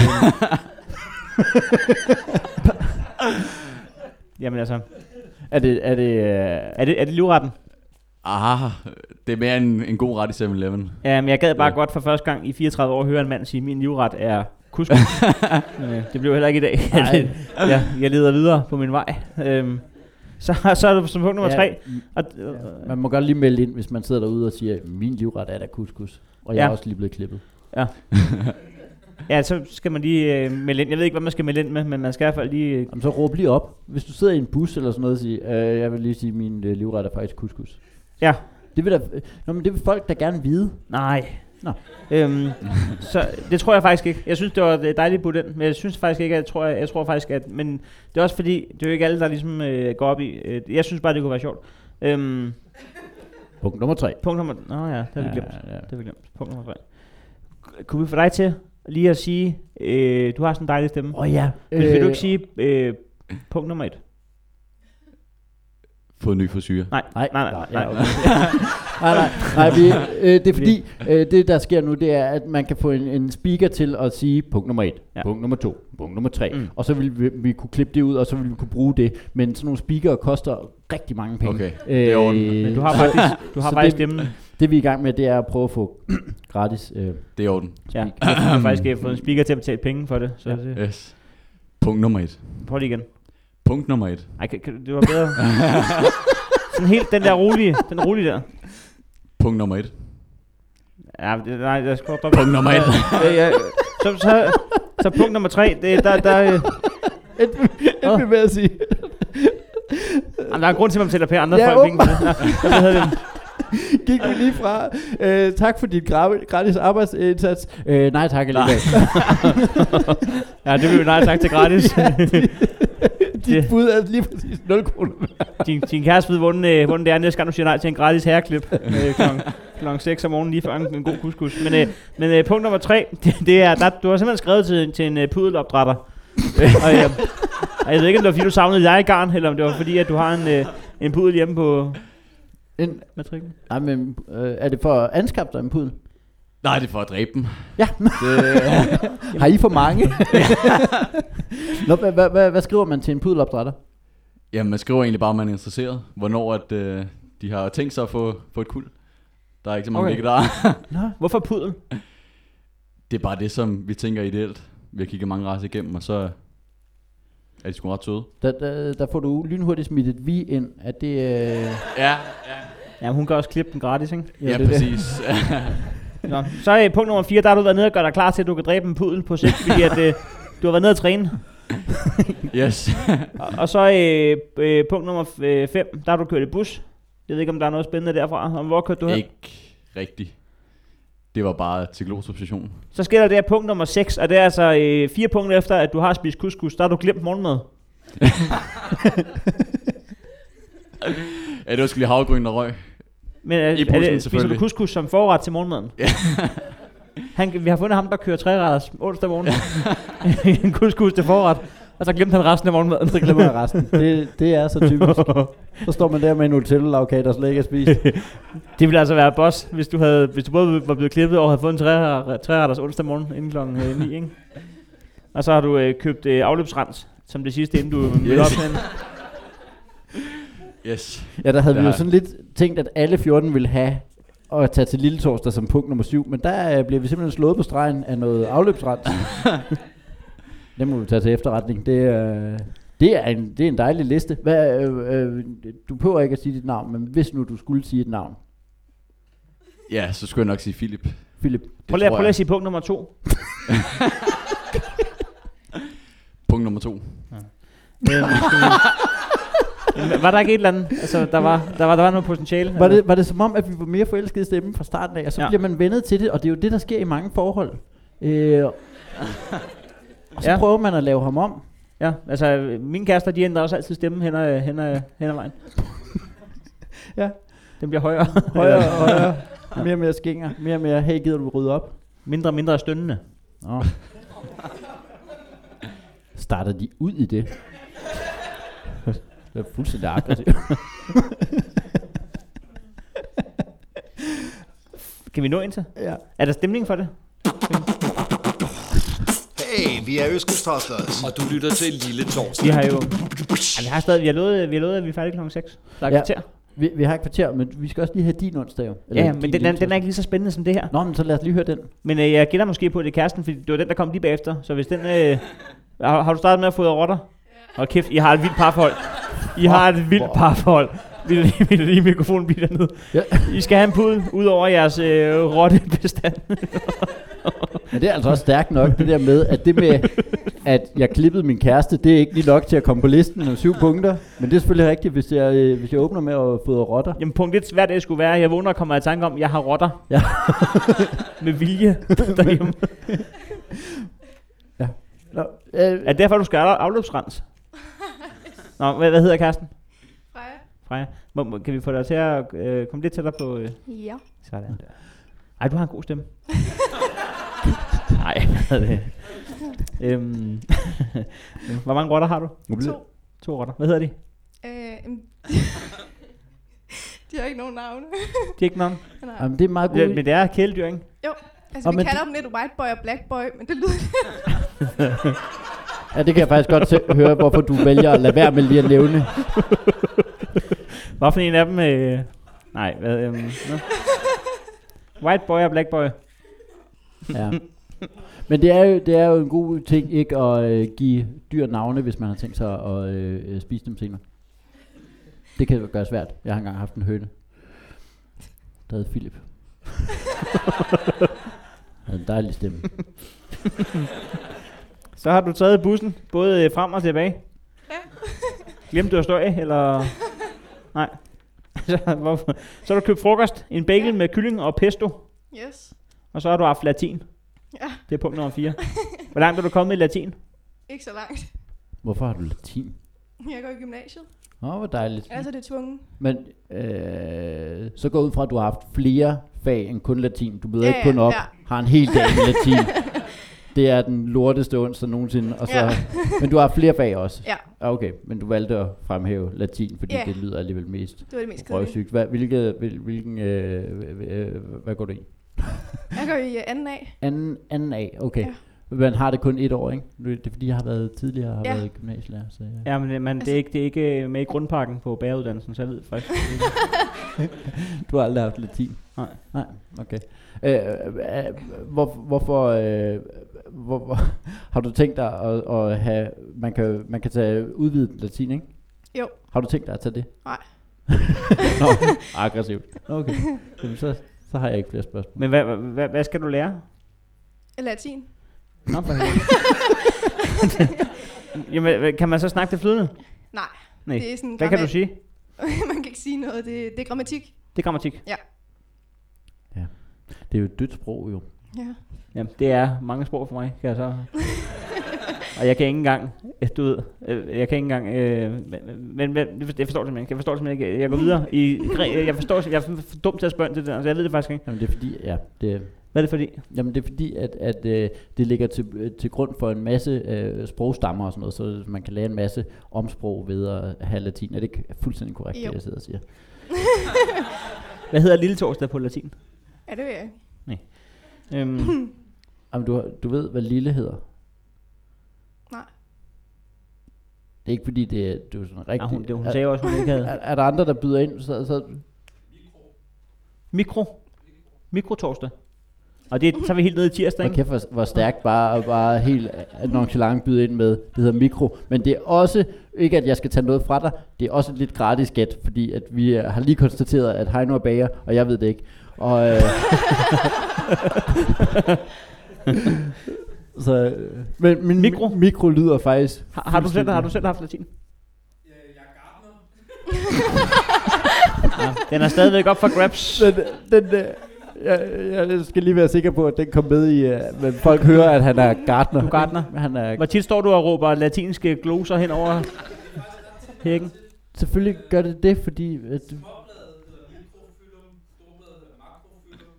jamen altså... Er det... Er det, øh... er det, er det livretten? Aha, det er mere en, en god ret i seven eleven. Ja, men jeg gad bare Ja. godt for første gang i fireogtredive år høre en mand sige, min livret er couscous. øh, det blev heller ikke i dag. jeg, jeg leder videre på min vej. Øhm, så, så er du som punkt nummer Ja, tre. Og, Ja. Man må godt lige melde ind, hvis man sidder derude og siger, min livret er da couscous. Og jeg Ja. er også lige blevet klippet. Ja. Ja, så skal man lige øh, melde ind. Jeg ved ikke, hvad man skal melde ind med, men man skal i hvert fald lige... Øh, Jamen, så råb lige op. Hvis du sidder i en bus eller sådan noget og siger, øh, jeg vil lige sige, min øh, livret er faktisk couscous. Ja. Det vil, da, øh, nå, men det vil folk da gerne vide. Nej. Nå. Øhm, så det tror jeg faktisk ikke. Jeg synes, det var dejligt budt ind, men jeg synes faktisk ikke, at jeg tror, jeg, jeg tror faktisk, at... Men det er også fordi, det er jo ikke alle, der ligesom øh, går op i... Øh, jeg synes bare, det kunne være sjovt. Øhm, Punkt nummer tre. punkt nummer... Nå ja, det har vi Ja, glemt. ja. Det har vi glemt. Punkt nummer tre. K- Kunne vi få dig til lige at sige... Øh, du har sådan en dejlig stemme. Åh oh, ja. Vil, vil du ikke sige øh, punkt nummer et? Fået ny frisyre. Nej, Nej, nej, nej. ja, nej. okay. nej, nej, nej vi, øh, det er fordi, øh, det der sker nu, det er, at man kan få en, en speaker til at sige punkt nummer et, Ja. ja. punkt nummer to, punkt nummer tre, Mm. mm. og så vil vi, vi kunne klippe det ud, og så vil vi kunne bruge det. Men sådan nogle speaker koster rigtig mange penge. Okay, det er orden. Men du har faktisk, du har så faktisk det- stemmen. Det vi er i gang med, det er at prøve at få gratis øh, Det er orden. Ja, jeg har faktisk øh, fået en speaker til at betale penge for det. Så Ja. det, Yes. Punkt nummer et. prøv lige igen. Punkt nummer et. Ej, kan, kan, det var bedre. Sådan helt den der rolige, den rolige der. Punkt nummer et. Ja, det, nej, jeg skal droppe. Punkt nummer et. Ja, ja, så, så, så punkt nummer tre, det, der, der, øh, jeg vil med at sige. jamen, der er en grund til, at man betaler penge andre Ja, folk penge for det. Ja, hvad hedder det? Gik vi lige fra, øh, tak for dit gra- gratis arbejdsindsats. Øh, nej tak alligevel. Ja, det vil vi nej tak til gratis. Dit bud er lige præcis nul kroner. din, din kæreste ved, hvordan, øh, hvordan det er næste gang, du siger nej til en gratis herreklip øh, klokken, klokken seks om morgenen, lige før en, en god couscous. Men, øh, men øh, punkt nummer tre, det, det er, der, du har simpelthen skrevet til, til en uh, pudelopdrætter. og, øh, og jeg ved ikke, om det var fordi, du savnede dig i garn, eller om det var fordi, at du har en, øh, en pudel hjemme på En, matrikken. nej, men øh, er det for at anskaffe dig en pudel? Nej, det er for at dræbe dem. Ja. Det, Har I for mange? Nå, hvad, hvad, hvad, hvad skriver man til en pudelopdrætter? jamen, man skriver egentlig bare, at man er interesseret. Hvornår at, øh, de har tænkt sig at få, få et kuld. Der er ikke så mange Okay. okay. der. Nå, hvorfor pudel? Det er bare det, som vi tænker er ideelt. Vi har kigget mange racer igennem, og så er de sgu ret søde. Der, der, der får du lynhurtigt smidt et vi ind. Er det... Øh... Ja, ja. Ja, hun kan også klippe den gratis, ikke? Ja, det er præcis. Nå, så er punkt nummer fire, der har du været nede og gøre dig klar til, at du kan dræbe en pudel på sigt, fordi at, øh, du har været nede at træne. Yes. Og, og så øh, øh, punkt nummer fem, der har du kørt i bus. Jeg ved ikke, om der er noget spændende derfra. Om hvor kørte du hen? Ikke rigtigt. Det var bare til Glostrup station. Så sker der det her punkt nummer seks, og det er altså øh, fire punkter efter, at du har spist couscous. Der har du glemt morgenmad. Ja, det var sgu lige havgryn og røg. Men øh, I er bussen, det, spiser du selvfølgelig. couscous som forret til morgenmaden? Ja. Han, vi har fundet ham, der kører tre retters onsdag morgen. En couscous til forret. Og så glemte han resten af morgenmaden. Så glemmer jeg resten. Det, det er så typisk. Så står man der med en Nutella-lavkage, der slet ikke er spist. Det ville altså være boss, hvis du, havde, hvis du både var blevet klippet og havde fået en tre retters onsdag morgen inden klokken ni, ikke? Og så har du øh, købt øh, afløbsrens som det sidste, inden du mødte Yes. op til hende. Yes. Ja, der havde Det vi jo har sådan lidt tænkt, at alle fjorten ville have at tage til Lille Torsdag som punkt nummer syv, men der øh, bliver vi simpelthen slået på stregen af noget afløbsrens. Det må vi tage til efterretning. Det, øh, det, er, en, det er en dejlig liste. Hvad, øh, øh, du behøver ikke at sige dit navn, men hvis nu du skulle sige et navn. Ja, så skulle jeg nok sige Philip. Philip. Prøv lige, tror prøv lige jeg. at sige punkt nummer to. Punkt nummer to. Øhm, var der ikke et eller andet? Altså, der var, der var, der var noget potentiale. Var det, var det som om, at vi var mere forelskede i stemmen fra starten af, og så Ja. ja. bliver man vendet til det, og det er jo det, der sker i mange forhold. Øh, og så Ja. ja. prøver man at lave ham om. Ja, altså mine kærester, de ændrer også altid stemmen hen ad, hen ad, hen ad vejen. Ja. Den bliver højere. Højere og højere. Mere og mere skinger. Mere og mere, hey, gider du rydde op? Mindre og mindre stønnende. Nå. Starter de ud i det? Det er fuldstændig aggressivt. Kan vi nå ind til? Ja. Er der stemning for det? Hey, vi er Øskestoflers. Og du lytter til Lille Torsdag. Vi har jo... Ja, vi har stadig... Vi har lovet, vi har lovet at vi er færdige klokken seks. Der er Ja. kvarter. Vi, vi har et kvarter, men vi skal også lige have din onsdag jo. Ja, ja, din men den, lille den, den er ikke lige så spændende som det her. Nå, men så lad os lige høre den. Men øh, jeg gætter måske på, at det er kæresten, fordi det var den, der kom lige bagefter. Så hvis den... Øh, har, har du startet med at fodre rotter? Hold kæft, I har et vildt parforhold. I har et vildt parforhold. Vi vil lige, lige mikrofonen blive dernede. Ja. I skal have en pude ud over jeres øh, rottebestand. Men det er altså også stærkt nok, det der med, at det med, at jeg klippede min kæreste, det er ikke lige nok til at komme på listen med syv punkter. Men det er selvfølgelig rigtigt, hvis jeg, øh, hvis jeg åbner med at fodre rotter. Jamen punkt et, hvad det skulle være, jeg vågner og kommer i tanke om, at jeg har rotter. Ja. Med vilje derhjemme. Ja. Nå, øh, Er det derfor, du skal have afløbsrens? Nå, hvad, hvad hedder kæresten? Freja. Freja. Må, må, kan vi få dig til at øh, komme lidt tættere på... Øh, Ja. sådan der. Ej, du har en god stemme. Nej, hvad er det? øhm, hvor mange rotter har du? To. To rotter. Hvad hedder de? Øh, em, de har ikke nogen navne. De er ikke nogen. Nej. Jamen, det er meget Ja, godt. men det er kæledyr, ikke? Jo, altså Nå, vi men kalder dem lidt white boy og black boy, men det lyder Ja, det kan jeg faktisk godt se, høre, hvorfor du vælger at lade være med lige at nævne. Hvad for en af dem? Øh, nej, hvad? Øh, no? White boy og black boy. Ja. Men det er, jo, det er jo en god ting ikke at øh, give dyr navne, hvis man har tænkt sig at øh, spise dem senere. Det kan jo gøre svært. Jeg har engang haft en høne, der hed Philip. Han havde en dejlig stemme. Så har du taget bussen, både øh, frem og tilbage. Ja. Glemte du at stå af, eller? Nej. så, hvorfor? Så har du købt frokost, en bagel Ja. med kylling og pesto, yes. og så har du haft latin. Ja, Det er punkt nummer fire. Hvor langt er du kommet i latin? ikke så langt. Hvorfor har du latin? Jeg går i gymnasiet. Åh, oh, hvor dejligt. Altså det er tvunget. Men øh, så går ud fra, at du har haft flere fag end kun latin. Du møder Ja, ikke kun op, ja. har en hel dag med latin. Det er den lorteste onsdag nogensinde. Og så, Ja. Men du har flere fag også? Ja. Ah, okay, men du valgte at fremhæve latin, fordi Ja. det lyder alligevel mest Det var det mest kedelige. røvsygt. Hvad, hvilke, hvil, hvilken, øh, øh, hvad går du i? Jeg går i uh, anden af. Anden, anden A, okay. Ja. Man har det kun et år, ikke? Det er fordi, jeg har været tidligere har Ja. været gymnasielærer. Så ja. Ja, men, det- men det, er Altså- ikke, det er ikke med i grundpakken på bageruddannelsen, så jeg ved faktisk ikke. Du har aldrig haft latin? Nej. Nej, okay. Øh, øh, hvor, hvorfor, øh, hvor, hvor, har du tænkt dig at, at have, man kan, man kan tage udvidet latin, ikke? Jo. Har du tænkt dig at tage det? Nej. Nå, aggressivt. Okay, jamen, så, så har jeg ikke flere spørgsmål. Men hvad, hvad, hvad skal du lære? Latin. Nå, for helvede. Jamen, hvad- kan man så snakke det flydende? Nej. Nej. Det er sådan Hvad kan du grammat- sige? Man kan ikke sige noget. Det, det er grammatik. Det er grammatik. Det er jo et dødt sprog, jo. Ja. Jamen, det er mange sprog for mig, kan jeg så. Og jeg kan ikke engang, øh, du ved, øh, jeg kan ikke engang, øh, men, men, men jeg forstår det simpelthen ikke. Jeg forstår det simpelthen ikke. Jeg går videre i, jeg forstår, jeg er for dum til at spørge ind til det, altså jeg ved det faktisk ikke. Jamen det er fordi, ja, det, Hvad er det fordi? jamen det er fordi, at, at øh, det ligger til, øh, til grund for en masse øh, sprogstammer og sådan noget, så man kan lære en masse omsprog ved at have latin. Er det ikke fuldstændig korrekt, Jo. det jeg sidder og siger? Hvad hedder lille torsdag på latin? Ja, det ved jeg ikke. Øhm, Jamen du, har- du ved, hvad lille hedder? Nej. Det er ikke fordi, det er, det er sådan rigtigt. ja, hun, det, hun er, sagde også, hun ikke havde. er, er der andre, der byder ind? Så, så, Mikro. Mikrotorsdag. Og det, så er vi helt nede i tirsdag, og ikke? kæft, hvor, hvor stærkt bare, og bare helt nonchalant byde ind med, det hedder mikro. Men det er også, ikke at jeg skal tage noget fra dig, det er også et lidt gratis gæt, fordi at vi øh, har lige konstateret, at Heino er bager, og jeg ved det ikke. Og, øh, så, øh, men min Mikro? mikro, mikro lyder faktisk... Har, har, du selv, har du selv haft latin? Ja, den er stadigvæk op for grabs. Den, den, øh, jeg, jeg skal lige være sikker på, at den kom med i, uh, men folk hører, at han er gartner. Du er gartner. Han er, Hvor tit står du og råber latinske gloser hen over hækken? selvfølgelig gør det det, fordi... At,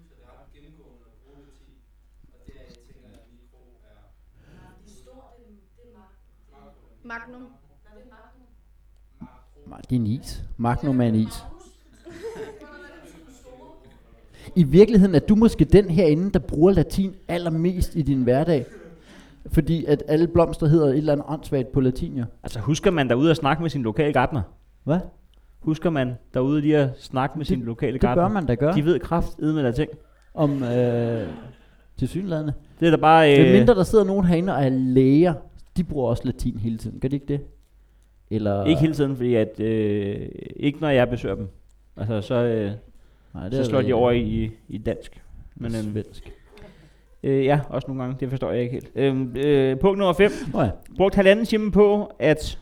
Magnum. Det er en is. Magnum er en is. I virkeligheden er du måske den herinde, der bruger latin allermest i din hverdag. Fordi at alle blomster hedder et eller andet åndssvagt på latin, ja. Altså husker man derude at snakke med sin lokale gartner? Hvad? Husker man derude lige at snakke med Det- sin lokale Det gartner? bør man da gøre. De ved kraftedme med der ting. Om øh, tilsyneladende. Det er da bare... Øh, Øh, mindre der sidder nogen herinde og er læger, de bruger også latin hele tiden. Gør de ikke det? Eller ikke hele tiden, fordi at... Øh, ikke når jeg besøger dem. Altså så, øh, Nej, det så er slår det- de over i, i dansk. Men, øhm, svensk. øh, ja, også nogle gange. Det forstår jeg ikke helt. Øhm, øh, punkt nummer fem. Oh, ja. Brugt halvanden time på at...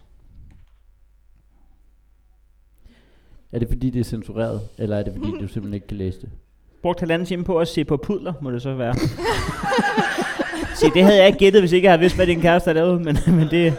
Er det fordi det er censureret, eller er det fordi du simpelthen ikke kan læse det? Brugt halvanden time på at se på pudler, må det så være. Se, det havde jeg ikke gættet, hvis ikke jeg havde vidst, hvad din kæreste havde lavet, men, men det...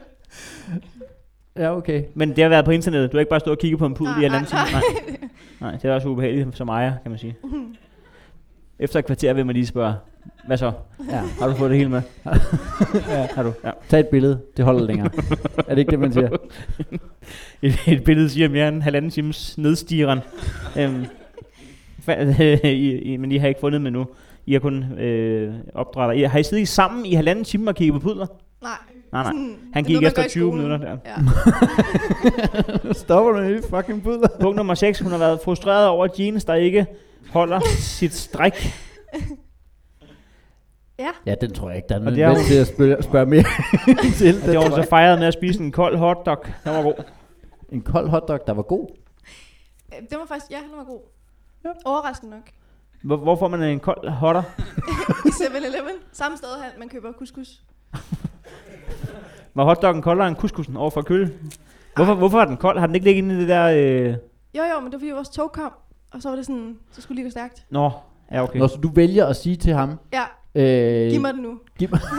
Ja, okay. Men det har været på internettet. Du har ikke bare stået og kigget på en pudel i Nej, halvanden time. nej, Nej. Nej, det er også ubehageligt som ejer, kan man sige. Efter et kvarter vil man lige spørge, hvad så? Ja. Har du fået det hele med? Ja. Har du? Ja. Tag et billede, det holder længere. Er det ikke det, man siger? et, et billede siger mere end halvanden times nedstigeren. øhm, fa- I, I, men I har ikke fundet med nu. I har kun øh, opdrætter. I, har I siddet sammen i halvanden time og kigget på pudler? Nej. Nej, nej. Sådan, Han det er gik noget, man efter gør i tyve skolen. minutter der. Ja. Stopper du i fucking pudler? Punkt nummer seks. Hun har været frustreret over jeans, der ikke holder sit stræk. Ja. Ja, den tror jeg ikke, der er Og det har nødvendigt til at spørge, spørge mere til. Og det har hun så fejret med at spise en kold hotdog. Den var god. En kold hotdog, der var god. Øh, Den var faktisk, ja, den var god. Ja. Overraskende nok. Hvor, hvor får man en kold hotter? I seven eleven. Samme sted, han- man køber couscous. Var hotdoggen koldere end couscousen over for køle? Hvorfor, hvorfor er den kold? Har den ikke ligget inde i det der... Øh... Jo, jo, men det var fordi vores tog kom. Og så var det sådan, så skulle det lige gå stærkt. Nå, ja okay. Når så du vælger at sige til ham, Ja, øh, giv mig den nu. giv mig,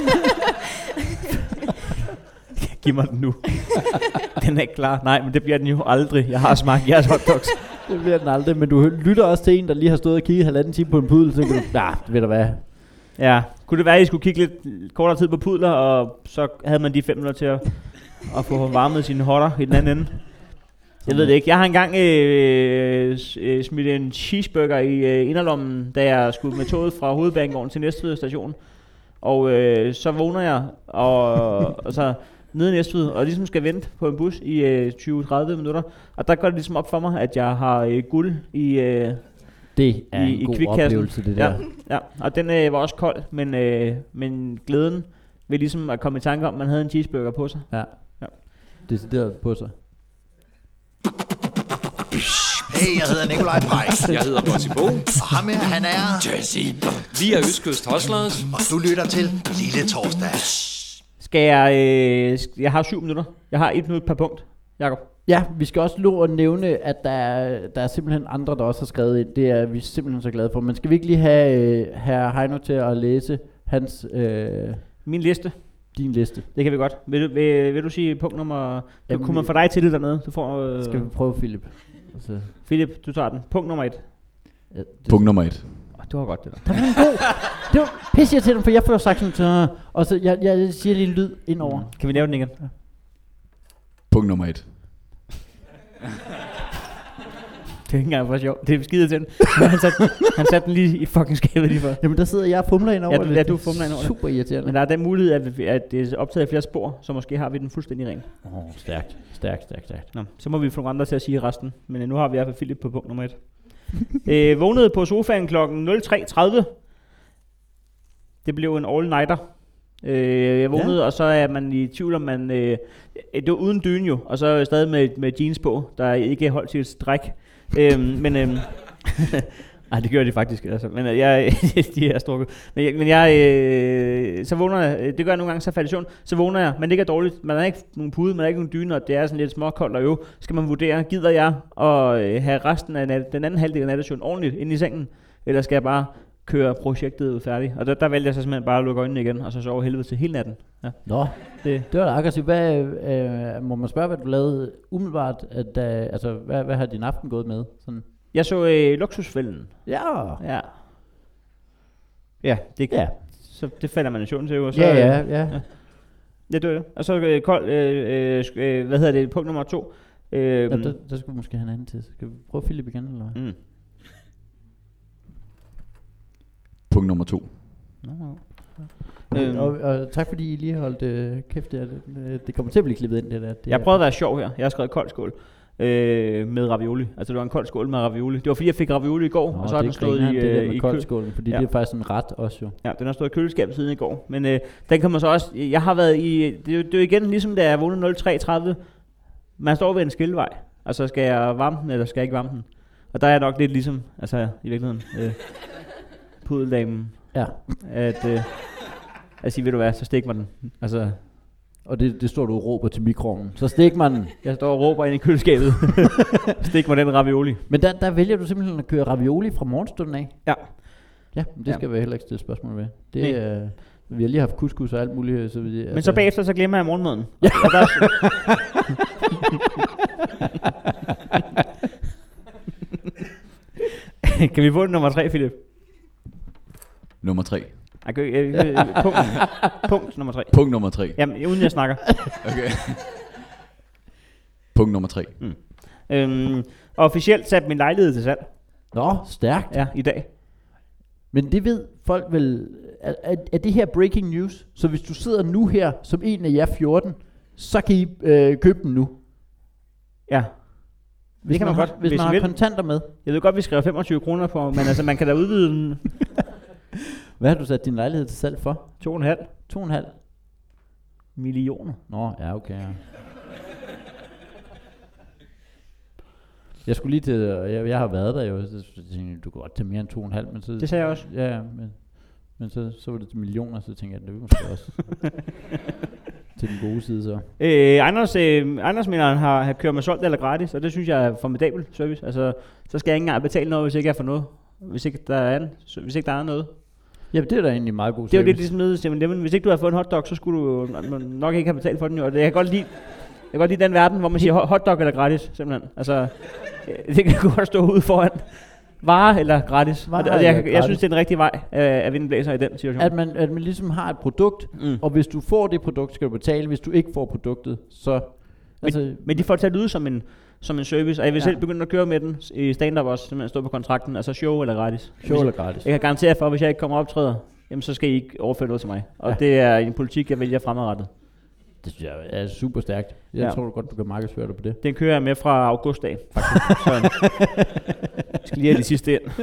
Giv mig den nu. Den er ikke klar. Nej, men det bliver den jo aldrig. Jeg har smagt jeres hotdogs. det bliver den aldrig, men du lytter også til en, der lige har stået og kigget halvanden time på en pudel, så tænker du, ja, det ved du hvad. Ja, kunne det være, at I skulle kigge lidt kortere tid på pudler, og så havde man de fem minutter til at, at få varmet sine hotter i den anden ende? Jeg ved det ikke. Jeg har engang øh, s- øh, smidt en cheeseburger i øh, inderlommen, da jeg skulle med toget fra Hovedbanegården til Næstved station. Og øh, så vågner jeg, og, og så nede i Næstved, og ligesom skal vente på en bus i øh, tyve til tredive minutter. Og der går det ligesom op for mig, at jeg har øh, guld i... Øh, Det er I- en i god kvikkassen. oplevelse, det Ja. der. Ja, og den øh, var også kold, men, øh, men glæden ved ligesom at komme i tanke om, at man havde en cheeseburger på sig. Ja. Ja. Decideret på sig. Hey, jeg hedder Nikolaj Pajk. Jeg hedder Bossy Bo. Og ham her, han er... Jesse. Vi er Østkyst Hustlers. Og du lytter til Lille Torsdag. Skal jeg... Øh, sk- jeg har syv minutter. Jeg har et minut per punkt, Jakob. Ja, vi skal også lov at nævne, at der er, der er simpelthen andre, der også har skrevet ind. Det er vi simpelthen så glade for. Men skal vi ikke lige have øh, herr Heino til at læse hans, øh, Min liste, din liste? det kan vi godt. Vil, du- vil, vil du sige punkt nummer... Jamen, kunne man få dig til det dernede? Du får... Øh, Skal vi prøve, Philip? Altså, Philip, du tager den. Punkt nummer et. ja, det, Punkt nummer et. Oh, det var godt, det der. Der var en god. Det var pisse til den, for jeg får sagt sådan, så, og så jeg, jeg siger lige en lyd indover. Mm. Kan vi lave den igen? Ja. Punkt nummer et. Det er ikke engang for sjovt. Det er skide til den. Han satte, han satte den lige i fucking skabet lige før. Jamen der sidder jeg og fumler ind over Ja, du- det. ja, du fumler ind over det. Super irriterende. Men der er den mulighed, at, vi- at det er optaget i flere spor, så måske har vi den fuldstændig ren. Åh, oh, stærkt, stærkt, stærkt, stærkt. Nå, så må vi få nogle andre til at sige resten. Men øh, nu har vi i hvert fald Philip på punkt nummer et. øh, vågnede på sofaen klokken nul tre tredive. Det blev en all-nighter. Øh, jeg vågnede, ja. Og så er man i tvivl om, man... Øh, det var uden dyne jo, og så stadig med, med jeans på, der ikke holdt til et stræk. øh, men... Øh, Nej, det gør de faktisk. Altså. Men øh, jeg, de er strukket. Men jeg, men jeg øh, så vågner jeg, det gør jeg nogle gange, så falder i søvn, så vågner jeg, men det ikke er dårligt. Man har ikke nogen pude, man har ikke nogen dyne, og det er sådan lidt småkoldt og øv. Skal man vurdere, gider jeg at øh, have resten af nat, den anden halvdel af nattesøvn ordentligt inde i sengen, eller skal jeg bare køre projektet færdigt? Og der, der valgte jeg så simpelthen bare at lukke øjnene igen, og så sove helvede til hele natten. Ja. Nå, Det. det var da aggressivt. Hvad, øh, må man spørge, hvad du lavede umiddelbart? At, øh, altså, hvad, hvad har din aften gået med? Sådan. Jeg så øh, Luksusfælden. Ja. Ja. Ja, det, Ja. så det falder man i søvn til. Og så, Ja, ja, ja. ja. Ja, det var det. Og så øh, kold, øh, øh, hvad hedder det, punkt nummer to. Øh, ja, der, der skulle måske have en anden til. Skal vi prøve Philip igen, eller hvad? Mm. Punkt nummer to. Nå, øhm. og, og tak fordi I lige har holdt øh, kæft. Det, det, det kommer til at blive klippet ind, det der. Det jeg prøvede at være sjov her. Jeg har skrevet kold skål øh, med ravioli. Altså det var en kold skål med ravioli. Det var fordi jeg fik ravioli i går, Nå, og så har den stået i, det der øh, med i koldskålen, fordi ja. det er faktisk en ret også jo. Ja, den har stået i køleskabet siden i går. Men øh, den kan man så også. Jeg har været i. Det, det er jo igen ligesom da jeg vågnede nul tre tredive. Man står ved en skillevej. Altså skal jeg varme den, eller skal jeg ikke varme den? Og der er jeg nok lidt ligesom, altså i virkeligheden, øh, pudeldamen. Ja. At, øh, at sige, ved du hvad, så stik mig den. Altså, og det, det står du og råber til mikroovnen. Så stik mig den. Jeg står og råber ind i køleskabet. Stik mig den ravioli. Men der, der vælger du simpelthen at køre ravioli fra morgenstunden af? Ja. Ja, det ja. skal vi heller ikke stille spørgsmål ved. Det er... Vi har lige haft couscous og alt muligt. Så vi, Men altså. så bagefter, så glemmer jeg morgenmaden. Ja. Der kan vi få den nummer tre, Philip? Nummer tre. Okay, øh, øh, punkt, punkt nummer tre. Punkt nummer tre. Jamen, uden jeg snakker. Okay. Punkt nummer tre. Mm. Øhm, officielt sat min lejlighed til salg. Nå, stærkt. Ja, i dag. Men det ved folk vel, er, er, er det her breaking news? Så hvis du sidder nu her som en af jer fjorten, så kan I øh, købe den nu? Ja. Hvis det kan man, man godt, har, hvis hvis man har vil. kontanter med. Jeg ved godt, vi skriver femogtyve kroner på, men altså man kan da udvide den. Hvad har du sat din lejlighed til salg for? To og en halv. To og en halv? Millioner. Nå, ja, okay. Ja. Jeg skulle lige til, jeg, jeg har været der jo, så tænkte jeg, du kan godt tage mere end to og en halv, men så... Det sagde jeg også. Ja, men, men så, så var det til millioner, så tænkte jeg, det er måske også til den gode side så. Øh, Ejendoms, øh, ejendomsmænderen har, har kørt mig solgt eller gratis, og det synes jeg er formidabel service. Altså, så skal jeg ikke engang betale noget, hvis ikke jeg får noget. Hvis ikke der er, en, hvis ikke der er noget. Ja, det er da egentlig meget god service. Det er jo lidt ligesom nede i seven eleven. Hvis ikke du har fået en hotdog, så skulle du nok ikke have betalt for den. Jo. Og det, jeg kan godt lide, jeg kan godt lide den verden, hvor man siger hotdog eller gratis, simpelthen. Altså, det kan godt stå ude foran. Varer eller gratis. Varer og det, jeg, jeg, jeg synes, det er den rigtige vej øh, at vinde blæser i den situation. At man, at man ligesom har et produkt, mm. og hvis du får det produkt, skal du betale. Hvis du ikke får produktet, så... Altså, men, men de får til at lyde som en, som en service, og jeg vil ja. selv begynde at køre med den i stand-up også, simpelthen stå på kontrakten, altså show eller gratis. Show eller gratis. Jeg kan garantere for, at hvis jeg ikke kommer og optræder, jamen så skal I ikke overføre noget til mig. Og ja. det er en politik, jeg vælger fremadrettet. Det synes jeg er super stærkt. Jeg ja. tror godt, du kan markedsføre dig på det. Den kører jeg med fra augustdag, faktisk. Så jeg skal lige have de sidste ind.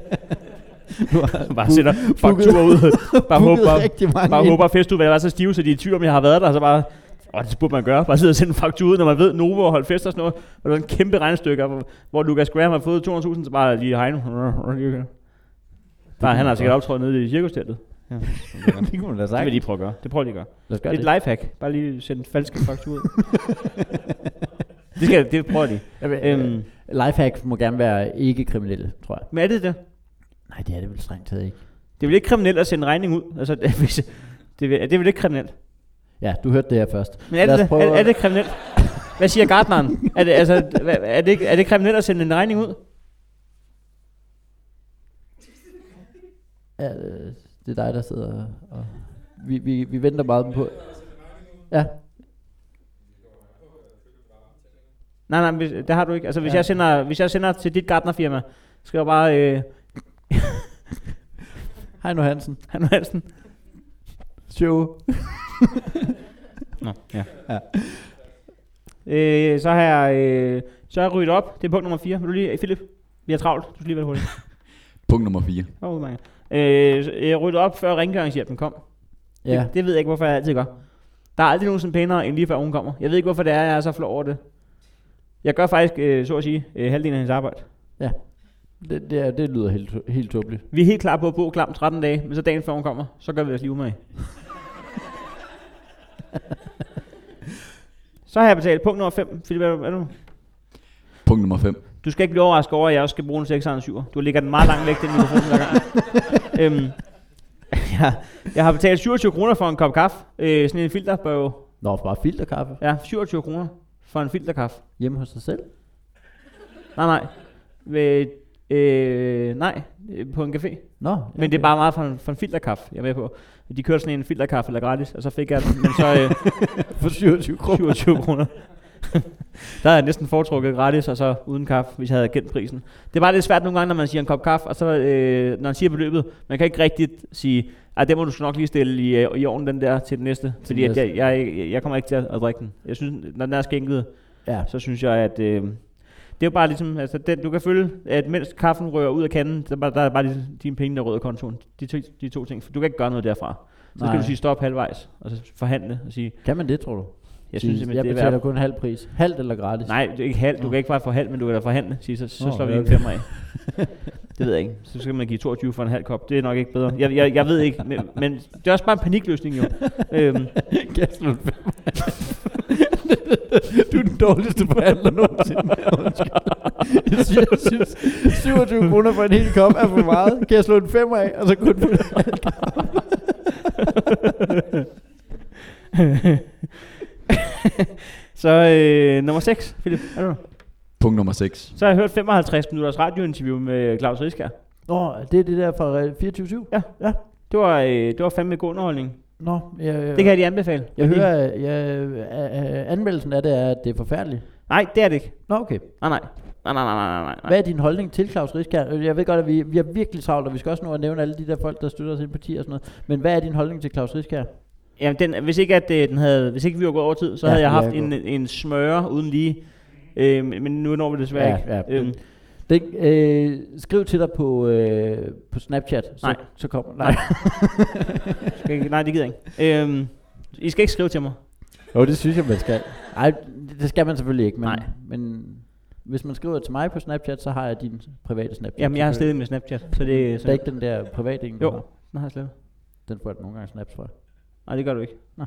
bare sætter fakturer ud. Bare håber, bare, bare håber festivalet er så stive, så de er i tvivl, om jeg har været der, og så bare... Og det burde man gøre. Bare sidde og sende en faktur ud, når man ved, Novo har holdt fest og sådan noget. Og der er en kæmpe regnestykke, hvor, hvor Lucas Graham har fået to hundrede tusind, så bare lige Heino. Bare, han har sikkert optrådt nede i cirkusteltet. Ja. Det kunne man da sagt. Det vil de prøve at gøre. Det prøver de at gøre. Lad os gøre det er et lifehack. Bare lige sende en falsk faktur ud. det, skal, det prøver de. Øhm, lifehack må gerne være ikke kriminelle, tror jeg. Men er det det? Nej, det er det vel strengt taget ikke. Det er vel ikke kriminelt at sende en regning ud? Altså, det, det, det er vel ikke kriminelt? Ja, du hørte det her først. Men er det, det? Er, er det kriminelt? Hvad siger gartneren? Er det, altså, er, det, er det kriminelt at sende en regning ud? Ja, det er dig, der sidder og... og vi, vi, vi venter meget på... Ja. Nej, nej, hvis, det har du ikke. Altså, hvis, ja. jeg, sender, hvis jeg sender til dit gartnerfirma, skal jeg bare... Øh... Heino Hansen. Heino Hansen. Show. Nå, ja. ja. Øh, så har jeg, øh, så har jeg ryddet op. Det er punkt nummer fire. Vil du lige, Philip? Vi har travlt. Du skal lige være hurtigt. Punkt nummer fire. Oh, mange. Øh, jeg ryddede op, før rengøringshjælpen kom. Ja. Det, det ved jeg ikke, hvorfor jeg altid gør. Der er aldrig nogen sådan pænere, end lige før hun kommer. Jeg ved ikke, hvorfor det er, jeg er så flov over det. Jeg gør faktisk, øh, så at sige, øh, halvdelen af hendes arbejde. Ja. Det, det, er, det lyder helt, helt tåbeligt. Vi er helt klar på at bo klam tretten dage, men så dagen før hun kommer, så gør vi os lige umage. Så har jeg betalt punkt nummer fem. Philip, er du? Punkt nummer fem. Du skal ikke blive overrasket over, at jeg også skal bruge en seks syv. Du lægger den meget langt væk, den mikrofon hver gang. øhm, ja, jeg har betalt syvogtyve kroner for en kop kaffe. Øh, sådan en filterbørge. Nå, bare filterkaffe? Ja, syvogtyve kroner for en filterkaffe. Hjemme hos dig selv? Nej, nej. Ved Øh, nej, øh, på en café. Nå, ja, men det er bare meget for en, for en filterkaffe, jeg er med på. De kørte sådan en filterkaffe eller gratis, og så fik jeg den, men så øh, for syvogtyve kroner. syvogtyve kroner. Der er jeg næsten foretrukket gratis, og så uden kaffe, hvis jeg havde kendt prisen. Det er bare lidt svært nogle gange, når man siger en kop kaffe, og så øh, når man siger beløbet, man kan ikke rigtigt sige, at det må du nok lige stille i, i ovnen den der til den næste, fordi at jeg, jeg, jeg kommer ikke til at, at drikke den. Jeg synes, når den er skænket, ja. Så synes jeg, at øh, det er jo bare ligesom, altså den, du kan føle, at mens kaffen rører ud af kanden, der, der er bare de, dine penge, der rører kontoen. De to, de to ting, for du kan ikke gøre noget derfra. Så Nej. Skal du sige stop halvvejs, og så forhandle og sige... Kan man det, tror du? Jeg synes simpelthen, jeg det er betaler kun halv pris. Halvt eller gratis? Nej, det er ikke halvt. Du kan ikke bare få halvt, men du kan da forhandle. Sige, så, så oh, slår vi en femmer af. Det ved jeg ikke. Så skal man give toogtyve for en halv kop. Det er nok ikke bedre. Jeg, jeg, jeg ved ikke, men, men det er også bare en panikløsning jo. øhm. Du er den dårligste forhandler nogensinde. Jeg synes, jeg synes syvogtyve kroner for en hel kop er for meget. Kan jeg slå en femmer af, og så kun få en halv kop? Så øh, nummer seks, Philip, er du? Punkt nummer seks. Så har jeg hørt femoghalvtreds minutters radiointerview med Claus Riskær. Åh, oh, det er det der fra fireogtyve syv? Ja, ja. Det var, øh, det var fandme god underholdning. Nå, jeg, jeg, det kan jeg lige anbefale. Jeg hører, jeg, jeg, anmeldelsen af det er, at det er forfærdeligt. Nej, det er det ikke. Nå, okay. Nej, nej. Nej, nej, nej, nej, nej. Hvad er din holdning til Claus Riskær? Jeg ved godt, at vi, vi er virkelig travlt, og vi skal også nå at nævne alle de der folk, der støtter os ind på ti og sådan noget. Men hvad er din holdning til Claus Riskær? Jamen, den, hvis, ikke at, den havde, hvis ikke vi var gået over tid, så ja, havde jeg haft en, en smøre uden lige. Øh, men nu når vi desværre ja, ikke. Ja, øhm. det, øh, skriv til dig på, øh, på Snapchat, så, nej. så kommer... Nej. skal ikke, nej, det gider jeg ikke. Øhm, I skal ikke skrive til mig. Jo, det synes jeg, man skal. Nej, det skal man selvfølgelig ikke. Men, nej. Men hvis man skriver til mig på Snapchat, så har jeg din private Snapchat. Jamen, jeg har slettet med Snapchat. Så det, så det er ikke den der private en, jo, den har jeg slettet. Den får jeg nogle gange snaps fra. Nej, det gør du ikke. Nå.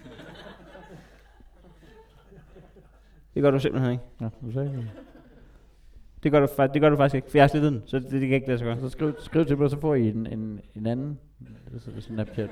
Det gør du simpelthen ikke. Ja, du sagde det. Det gør, du, det gør du faktisk ikke, for jeg har slettet den, så det, det kan ikke lade sig gøre. Så skriv, skriv til mig, så får I en, en, en anden Snapchat.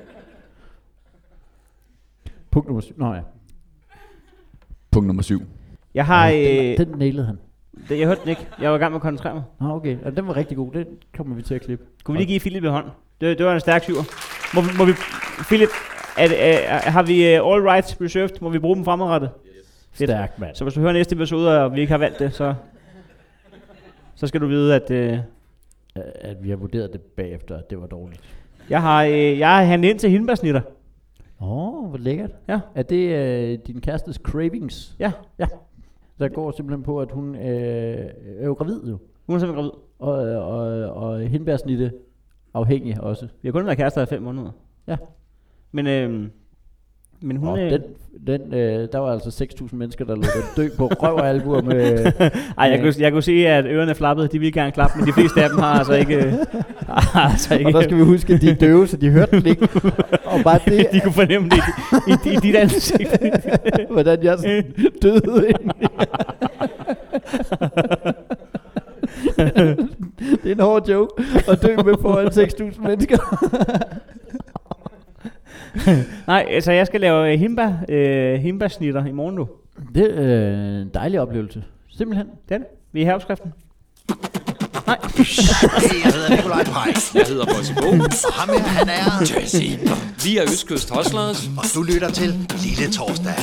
Punkt nummer syv. Nå ja. Punkt nummer syv. Jeg har... Ja, den, den nailede han. Det, jeg hørte den ikke. Jeg var i gang med at koncentrere mig. Nå, okay. Og den var rigtig god. Den kommer vi til at klippe. Kunne vi lige give Philip en hånd? Det, det var en stærk syver. Må, må vi... Philip, er, er, er, har vi uh, all rights reserved? Må vi bruge dem fremadrettet? Yes. Stærkt, mand. Så hvis du hører næste episode, og vi ikke har valgt det, så... Så skal du vide, at... Uh, at vi har vurderet det bagefter, at det var dårligt. Jeg har, uh, jeg har handlet ind til hindbærsnitter. Åh, oh, hvor lækkert. Ja. Er det uh, din kærestes cravings? Ja. Ja. Der går simpelthen på, at hun øh, er jo gravid jo. Hun er simpelthen gravid. Og, og, og hindbærsnitte afhængig også. Vi har kun været kærester i fem måneder. Ja. Men, øh, men hun... Og Øh, den, den, øh, der var altså seks tusind mennesker, der lå dø på røv og albuer med... Ej, jeg, kunne, jeg kunne se, at ørerne flappede. De ville gerne klappe, men de fleste af dem har altså ikke... Øh, altså ikke og der skal vi huske, at de er døve, så de hørte den ikke. Og bare det... de kunne fornemme det i, i, i dit ansigt. Hvordan jeg sådan døde egentlig. Det er en hård joke at dø med foran seks tusind mennesker. Nej, altså jeg skal lave himba, øh, himbasnitter i morgen nu. Det er øh, en dejlig oplevelse. Simpelthen. Det er det. Vi er her opskriften. Nej. Hey, jeg hedder Nikolaj Pej. Jeg hedder Bossy Bo. Ham her, han er Jesse. Vi er Østkyst Hustlers. Og du lytter til Lille Torsdag.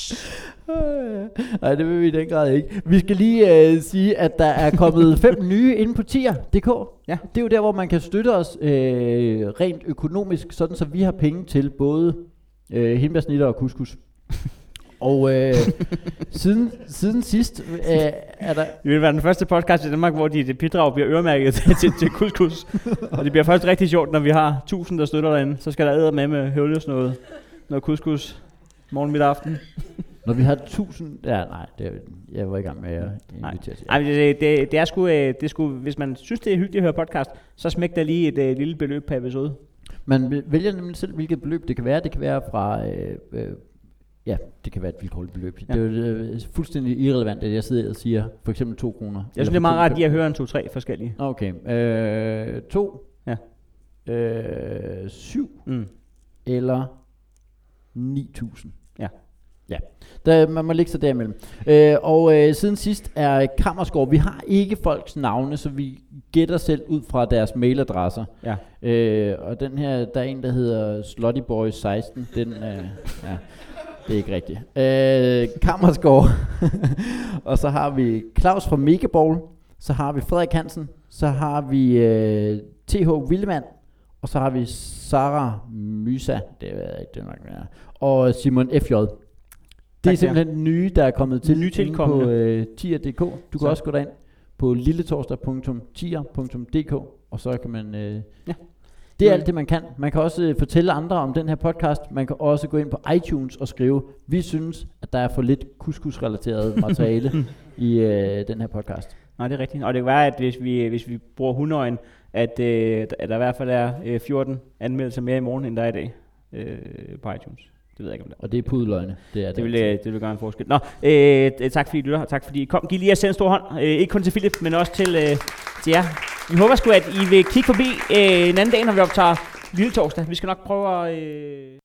Nej, det vil vi i den grad ikke. Vi skal lige øh, sige, at der er kommet fem nye inde på tier punktum d k. Ja. Det er jo der, hvor man kan støtte os øh, rent økonomisk, sådan så vi har penge til både øh, hindbærsnitter og couscous. Og øh, siden, siden sidst øh, er der... Det vil være den første podcast i Danmark, hvor de, de bidrag bliver øremærket til, til, til couscous. Og det bliver først rigtig sjovt, når vi har tusind, der støtter derinde. Så skal der æde med med høvles noget, noget couscous morgen, midt aften. Når vi har tusind... Ja, nej, det er, jeg var i gang med at invitere til. Nej, det, det, det er sgu... Det er sgu, hvis man synes, det er hyggeligt at høre podcast, så smæk der lige et uh, lille beløb per episode. Man vælger nemlig selv, hvilket beløb det kan være. Det kan være fra... Øh, øh, ja, det kan være et vilkårligt beløb. Ja. Det er jo øh, fuldstændig irrelevant, at jeg sidder og siger for eksempel to kroner. Jeg synes, det er meget rart, at jeg hører en to-tre forskellige. Okay. Øh, to. Ja. Øh, syv. Mm. Eller ni tusind. Ja. Ja, der, man må lægge sig derimellem. Øh, og øh, siden sidst er Kammersgaard, vi har ikke folks navne, så vi gætter selv ud fra deres mailadresser. Ja. Øh, og den her, der er en, der hedder sluttyboy seksten, den øh, ja, det er ikke rigtigt. Øh, Kammersgaard, og så har vi Claus fra Megaball, så har vi Frederik Hansen, så har vi øh, T H Willemann, og så har vi Sara Mysa, det ved jeg ikke, det er nok mere, og Simon F J. Det er simpelthen den nye, der er kommet til Nye tilkommende. på øh, tier punktum d k. Du Så. kan også gå derind på lilletorsdag punktum tier punktum d k, og så kan man... Øh, Ja. det er alt det, man kan. Man kan også øh, fortælle andre om den her podcast. Man kan også gå ind på iTunes og skrive, vi synes, at der er for lidt couscous-relateret materiale i øh, den her podcast. Nej, det er rigtigt. Og det kan være, at hvis vi, hvis vi bruger hundøjen, at, øh, at der i hvert fald er øh, fjorten anmeldelser mere i morgen, end der er i dag øh, på iTunes. Det ved jeg ikke, om det er. Og det er pudeløgne. Det er det. Det vil, øh, det vil gøre en forskel. Nå, øh, tak fordi I lytter, og tak fordi I kom. Giv lige at sende en stor hånd. Øh, ikke kun til Philip, men også til, øh, til jer. Vi håber sgu, at I vil kigge forbi øh, en anden dag, når vi optager Lille Torsdag. Vi skal nok prøve at... Øh